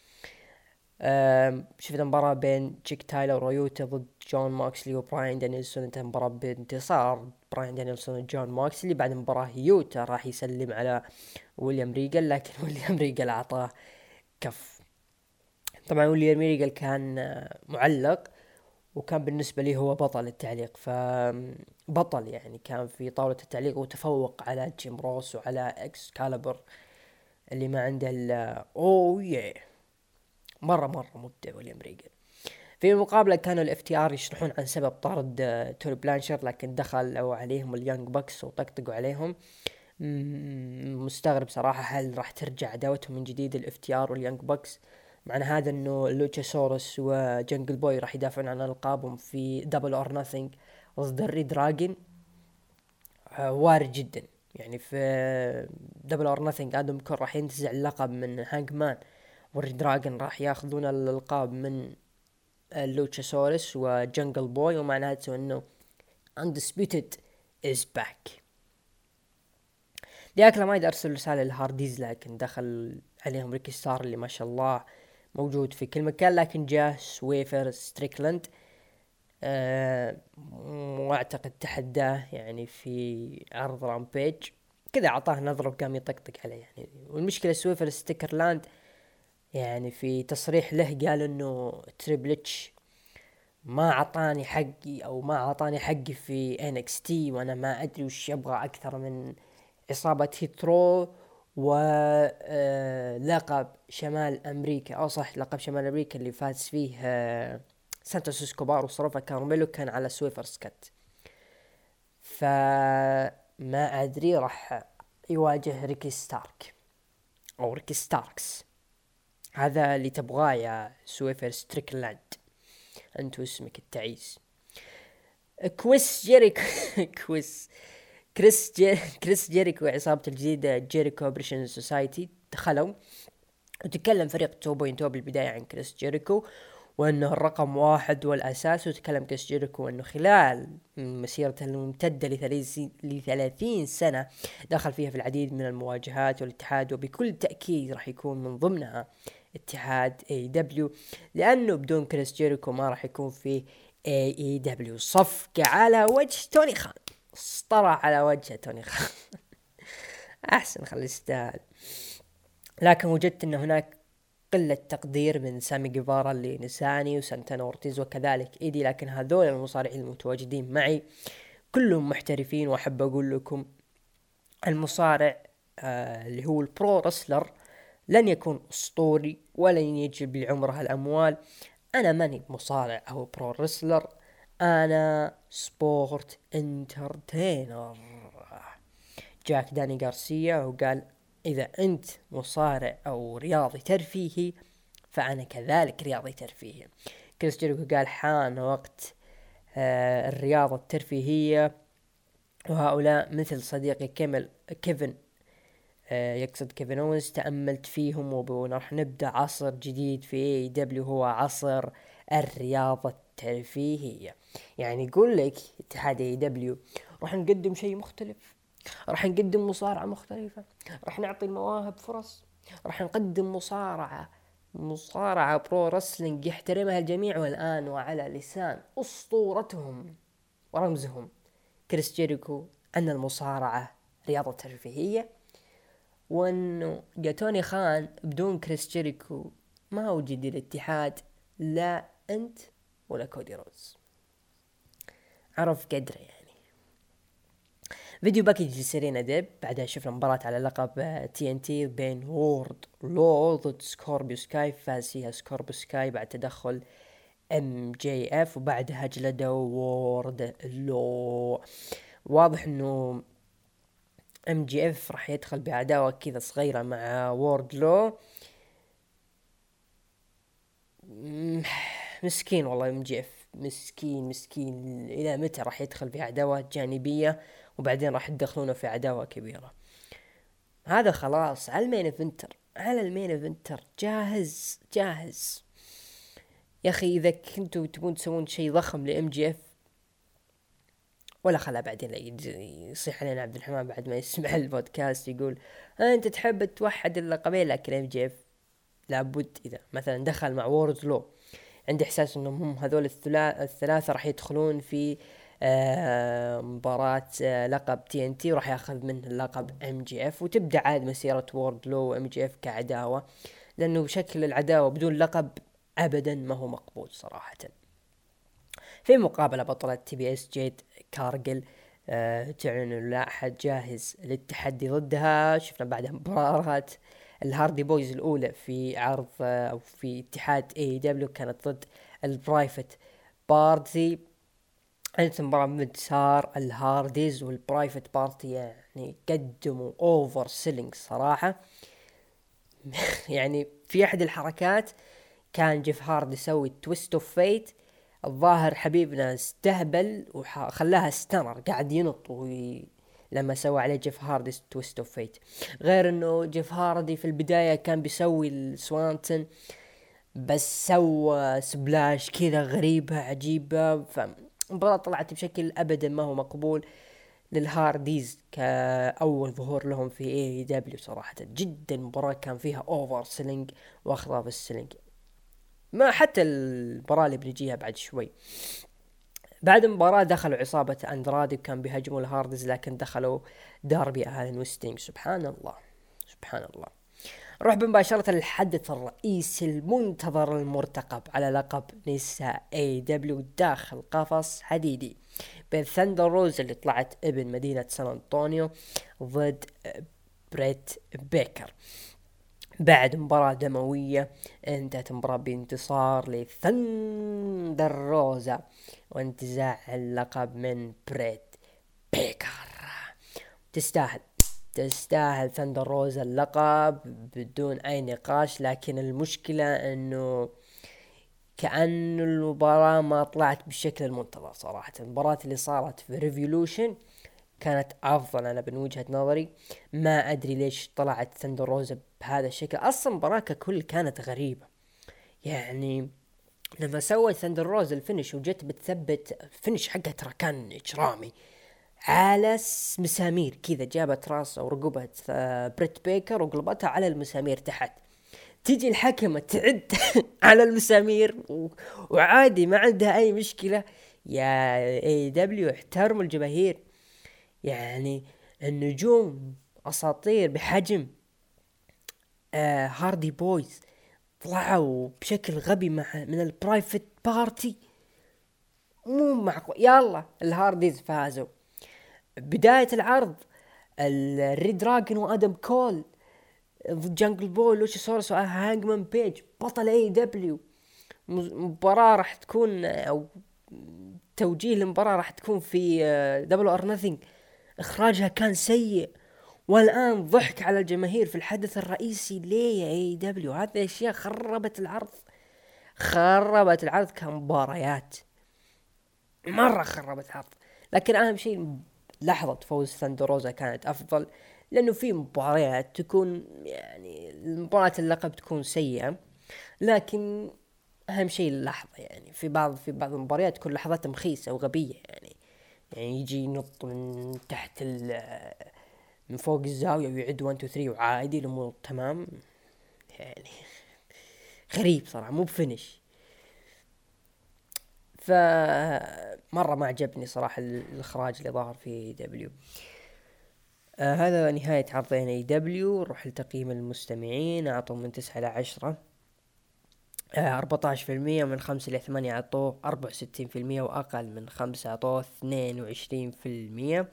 شفنا مباراة بين تشيك تايلر ويوتا ضد جون ماكسلي وبراين دانيلسون، انتهى المباراة بانتصار براين دانيلسون وجون ماكسلي. بعد المباراة يوتا راح يسلم على ويليام ريجل، لكن ويليام ريجل اعطاه كف. طبعا ويليام ريجل كان معلق، وكان بالنسبة لي هو بطل التعليق، فبطل يعني كان في طاولة التعليق وتفوق على جيم روس وعلى اكس كالبر اللي ما عنده الا مرة مبدع ويليام ريجل. في المقابلة كانوا الاف تي ار يشرحون عن سبب طرد توري بلانشر، لكن دخلوا عليهم اليانج باكس وطقطقوا عليهم. مستغرب صراحة هل راح ترجع عداوتهم من جديد الاف تي ار واليانج باكس، معنى هذا انه لوتشاسورس وجنجل بوي راح يدافعون عن القابهم في دبل اور ناثينج ضد الريد دراجون. وارد جدا يعني في دبل اور ناثينج ادم كور راح ينتزع اللقب من هانج مان، والريد دراجون راح ياخذون الالقاب من لوتشاسورس وجنجل بوي، ومعناته انه undisputed is back. دياكلامايد ارسل رسالة للهارديز، لكن دخل عليهم ريكي ستار اللي ما شاء الله موجود في كل مكان، لكن جاء سويفر ستريكلاند واعتقد تحداه يعني في عرض رامبيج كذا، اعطاه نظرة وقام يطقطق عليه يعني. والمشكلة سويفر ستيكرلاند يعني في تصريح له قال انه تريبلتش ما عطاني حقي او ما عطاني حقي في NXT، وانا ما ادري وش يبغى اكثر من عصابة هيترو ولقب شمال امريكا، او صح لقب شمال امريكا اللي فاز فيه سانتوس اسكوبار وصرفه كارميلو كان على سويفر سكت. ف ما أدري راح يواجه ريكي ستارك أو ريكي ستاركس. هذا اللي تبغاه يا سويفر ستريكلاند، أنت اسمك التعيس. كويس جيريكو كريس جيريكو وعصابته الجديدة جيريكو اوبريشن سوسايتي دخلوا، وتكلم فريق 2.0 بالبداية عن كريس جيريكو وأنه الرقم 1 والأساس. وتكلم كريس جيريكو أنه خلال مسيرته الممتدة ل30 سنة دخل فيها في العديد من المواجهات والاتحاد، وبكل تأكيد راح يكون من ضمنها اتحاد AEW، لأنه بدون كريس جيريكو ما راح يكون في AEW. صفقة على وجه توني خان، اسطرة على وجه توني خان. أحسن، خلي يستاهل. لكن وجدت أن هناك قلة تقدير من سامي جيفارا اللي نساني وسانتانا أورتيز وكذلك إيدي، لكن هذول المصارعين المتواجدين معي كلهم محترفين. وأحب أقول لكم المصارع اللي هو البرو رسلر لن يكون أسطوري ولن يجب لعمره الأموال. أنا ماني مصارع أو برو رسلر، أنا سبورت انترتينر. جاك داني غارسيا وقال إذا أنت مصارع أو رياضي ترفيهي فأنا كذلك رياضي ترفيهي. كريس جيريكو قال حان وقت الرياضة الترفيهية، وهؤلاء مثل صديقي كيفن يقصد كيفن أوينز تأملت فيهم، وراح نبدأ عصر جديد في AEW هو عصر الرياضة الترفيهية. يعني يقول لك اتحاد AEW راح نقدم شيء مختلف، راح نقدم مصارعة مختلفة، راح نعطي المواهب فرص، راح نقدم مصارعة برو رسلينج يحترمها الجميع. والآن وعلى لسان أسطورتهم ورمزهم كريس جيريكو أن المصارعة رياضة ترفيهية، وأنه توني خان بدون كريس جيريكو ما وجد الاتحاد، لا أنت ولا كودي روز. عرف قدره يعني. فيديو باكج لسيرينا ديب، بعدها شفنا مباراة على لقب TNT بين وورد لو ضد سكوربيو سكاي. فاز فيها سكوربيو سكاي بعد تدخل MJF، وبعدها جلدوا وورد لو. واضح انه MJF راح يدخل بعداوة كذا صغيرة مع وورد لو. مسكين والله MJF، مسكين الى متى راح يدخل في عداوة جانبية وبعدين راح يدخلونه في عداوة كبيرة؟ هذا خلاص على المين ايفنتر جاهز. يا اخي اذا كنتوا تبون تسوون شيء ضخم لMJF ولا خلا بعدين لا يصيح علينا عبد الرحمن بعد ما يسمع البودكاست يقول انت تحب توحد اللقبين، لكن MJF لابد اذا مثلا دخل مع وورد لو عندي احساس انهم هم هذول الثلاثة راح يدخلون في مباراة لقب TNT وراح ياخذ منه اللقب MJF، وتبدأ عاد مسيرة وورد لو وMJF كعداوة، لانه بشكل العداوة بدون لقب ابدا ما هو مقبول صراحة. في مقابلة بطلة TBS جيد كارجل تعلن لا أحد جاهز للتحدي ضدها. شفنا بعدها مباراة الهاردي بويز الأولى في عرض أو في اتحاد AEW كانت ضد البرايفت بارتي. كانت مباراة مدسار الهارديز والبرايفت بارتي يعني قدموا أوفر سيلينج صراحة. يعني في أحد الحركات كان جيف هارد يسوي تويست اوف فيت، الظاهر حبيبنا استهبل وخلاها ستانر قاعد ينط لما سوى عليه جيف هاردي تويست اوف فيت. غير انه جيف هاردي في البداية كان بيسوي السوانتن بس سوى سبلاش كذا غريبة عجيبة، فمباراة طلعت بشكل ابدا ما هو مقبول للهارديز كأول ظهور لهم في AEW. صراحة جدا مباراة كان فيها اوفر سيلينج واخضاع بالسيلينج، ما حتى المباراة اللي بنجيها بعد شوي. بعد المباراة دخلوا عصابة أندرادي وكان بيهاجموا الهاردز، لكن دخلوا داربي آلن وستينج. سبحان الله. نروح مباشرة للحدث الرئيسي المنتظر المرتقب على لقب نساء AEW داخل قفص حديدي بين ثاندر روز اللي طلعت ابن مدينة سان أنطونيو ضد بريت بيكر. بعد مباراة دموية انتهت المباراة بانتصار لثندر روزا وانتزاع اللقب من بريت بيكر. تستاهل ثاندر روزا اللقب بدون اي نقاش. لكن المشكلة انه كأن المباراة ما طلعت بالشكل المنتظر صراحة. المباراة اللي صارت في ريفولوشن كانت افضل انا من وجهة نظري. ما ادري ليش طلعت ثاندر روزا بهذا الشكل. اصلا المباراة ككل كانت غريبة. يعني لما سوت ثاندر روزا الفينش وجت بتثبت الفينش حقها ترى كان اجرامي على مسامير كذا. جابت راس او رقبة بريت بيكر وقلبتها على المسامير تحت. تيجي الحكمة تعد على المسامير وعادي ما عندها اي مشكلة. يا اي دبليو احترموا الجماهير. يعني النجوم اساطير بحجم هاردي بويز طلعوا بشكل غبي من البرايفت بارتي. مو معقول. يلا الهارديز فازوا. بداية العرض الريد دراجون وادم كول ضد جانجل بول لوشي سورس وهانجمان بيج بطل اي دبليو. مباراة راح تكون او توجيه المباراة راح تكون في دبل اور نثينج. اخراجها كان سيء والان ضحك على الجماهير في الحدث الرئيسي. ليه يا اي دبليو؟ هذه الاشياء خربت العرض كمباريات. مرة خربت العرض. لكن اهم شيء لحظة فوز ثاندر روزا كانت افضل. لانه في مباريات تكون يعني مباراة اللقب تكون سيئة. لكن اهم شيء اللحظة. يعني في بعض المباريات تكون لحظات مخيسة وغبية. يعني يجي ينط من تحت من فوق الزاوية ويعد 1 2 3 وعادي الامور تمام. يعني غريب صراحة مو بفنش. فمرة ما عجبني صراحة الاخراج اللي ظهر في دبليو. هذا نهاية عرضين اي دبليو. نروح لتقييم المستمعين. اعطوا من 9 إلى 10. 14% من 5 إلى 8 اعطوه 64%. واقل من 5 اعطوه 22%.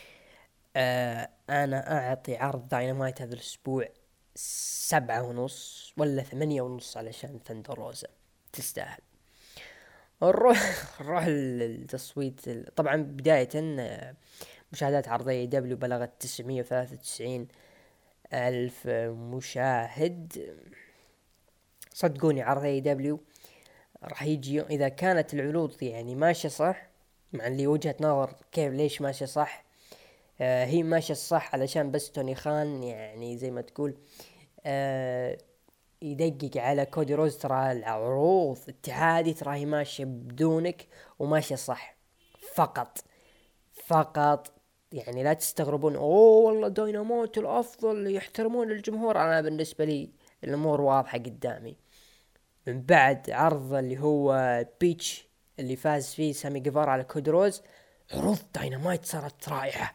انا اعطي عرض داينامايت هذا الاسبوع 7.5 ولا 8.5 علشان ثاندر روزا تستاهل. نروح للتصويت. طبعا بداية مشاهدات عرضي دبليو بلغت 993 ألف مشاهد. صدقوني عرضي دبليو راح يجي إذا كانت العروض يعني ماشية صح. مع اللي وجهة نظر كيف ليش ماشية صح. هي ماشية صح علشان بس توني خان يعني زي ما تقول يدقق على كودي روز. ترى العروض اتحادي ترى هي ماشية بدونك وماشية صح فقط. يعني لا تستغربون والله دايناموت الافضل يحترمون الجمهور. انا بالنسبة لي الامور واضحة قدامي. من بعد عرض اللي هو بيتش اللي فاز فيه سامي جيفارا على كودي روز عروض داينامايت صارت رائعة.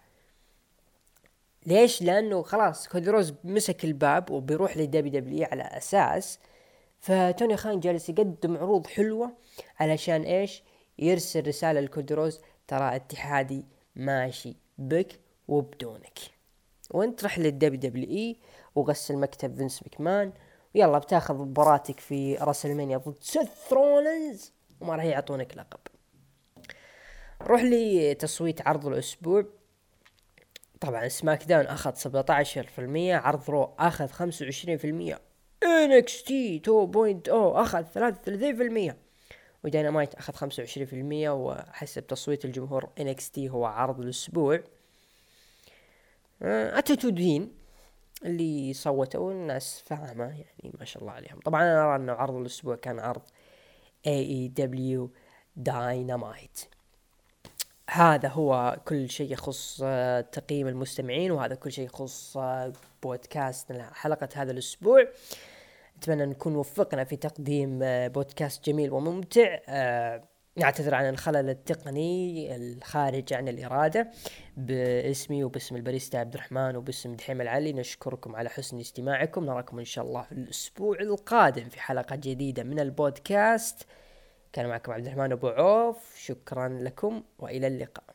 ليش؟ لانه خلاص كودي روز مسك الباب وبيروح للدبليو على اساس. فتوني خان جالس يقدم عروض حلوة علشان ايش؟ يرسل رسالة لكودي روز ترى اتحادي ماشي بك وبدونك. وانت رح للدبليو وغسل مكتب فينس مكمان ويلا بتاخذ مباراتك في راسلمانيا ضد سيث رولينز وما راح يعطونك لقب. روح لي تصويت عرض الاسبوع. طبعا سماك داون اخذ 17%. عرض رو اخذ 25%. NXT 2.0 اخذ 33%. ودينامايت اخذ 25%. وحسب تصويت الجمهور NXT هو عرض الاسبوع. اتيتودين اللي صوتوا الناس فاهمة يعني ما شاء الله عليهم. طبعا انا ارى انه عرض الاسبوع كان عرض AEW Dynamite. هذا هو كل شيء يخص تقييم المستمعين. وهذا كل شيء يخص بودكاست حلقة هذا الأسبوع. أتمنى نكون وفقنا في تقديم بودكاست جميل وممتع. نعتذر عن الخلل التقني الخارج عن الإرادة. باسمي وباسم الباريستا عبد الرحمن وباسم دحيم العلي نشكركم على حسن استماعكم. نراكم إن شاء الله في الأسبوع القادم في حلقة جديدة من البودكاست. كان معكم عبد الرحمن أبو عوف. شكرا لكم وإلى اللقاء.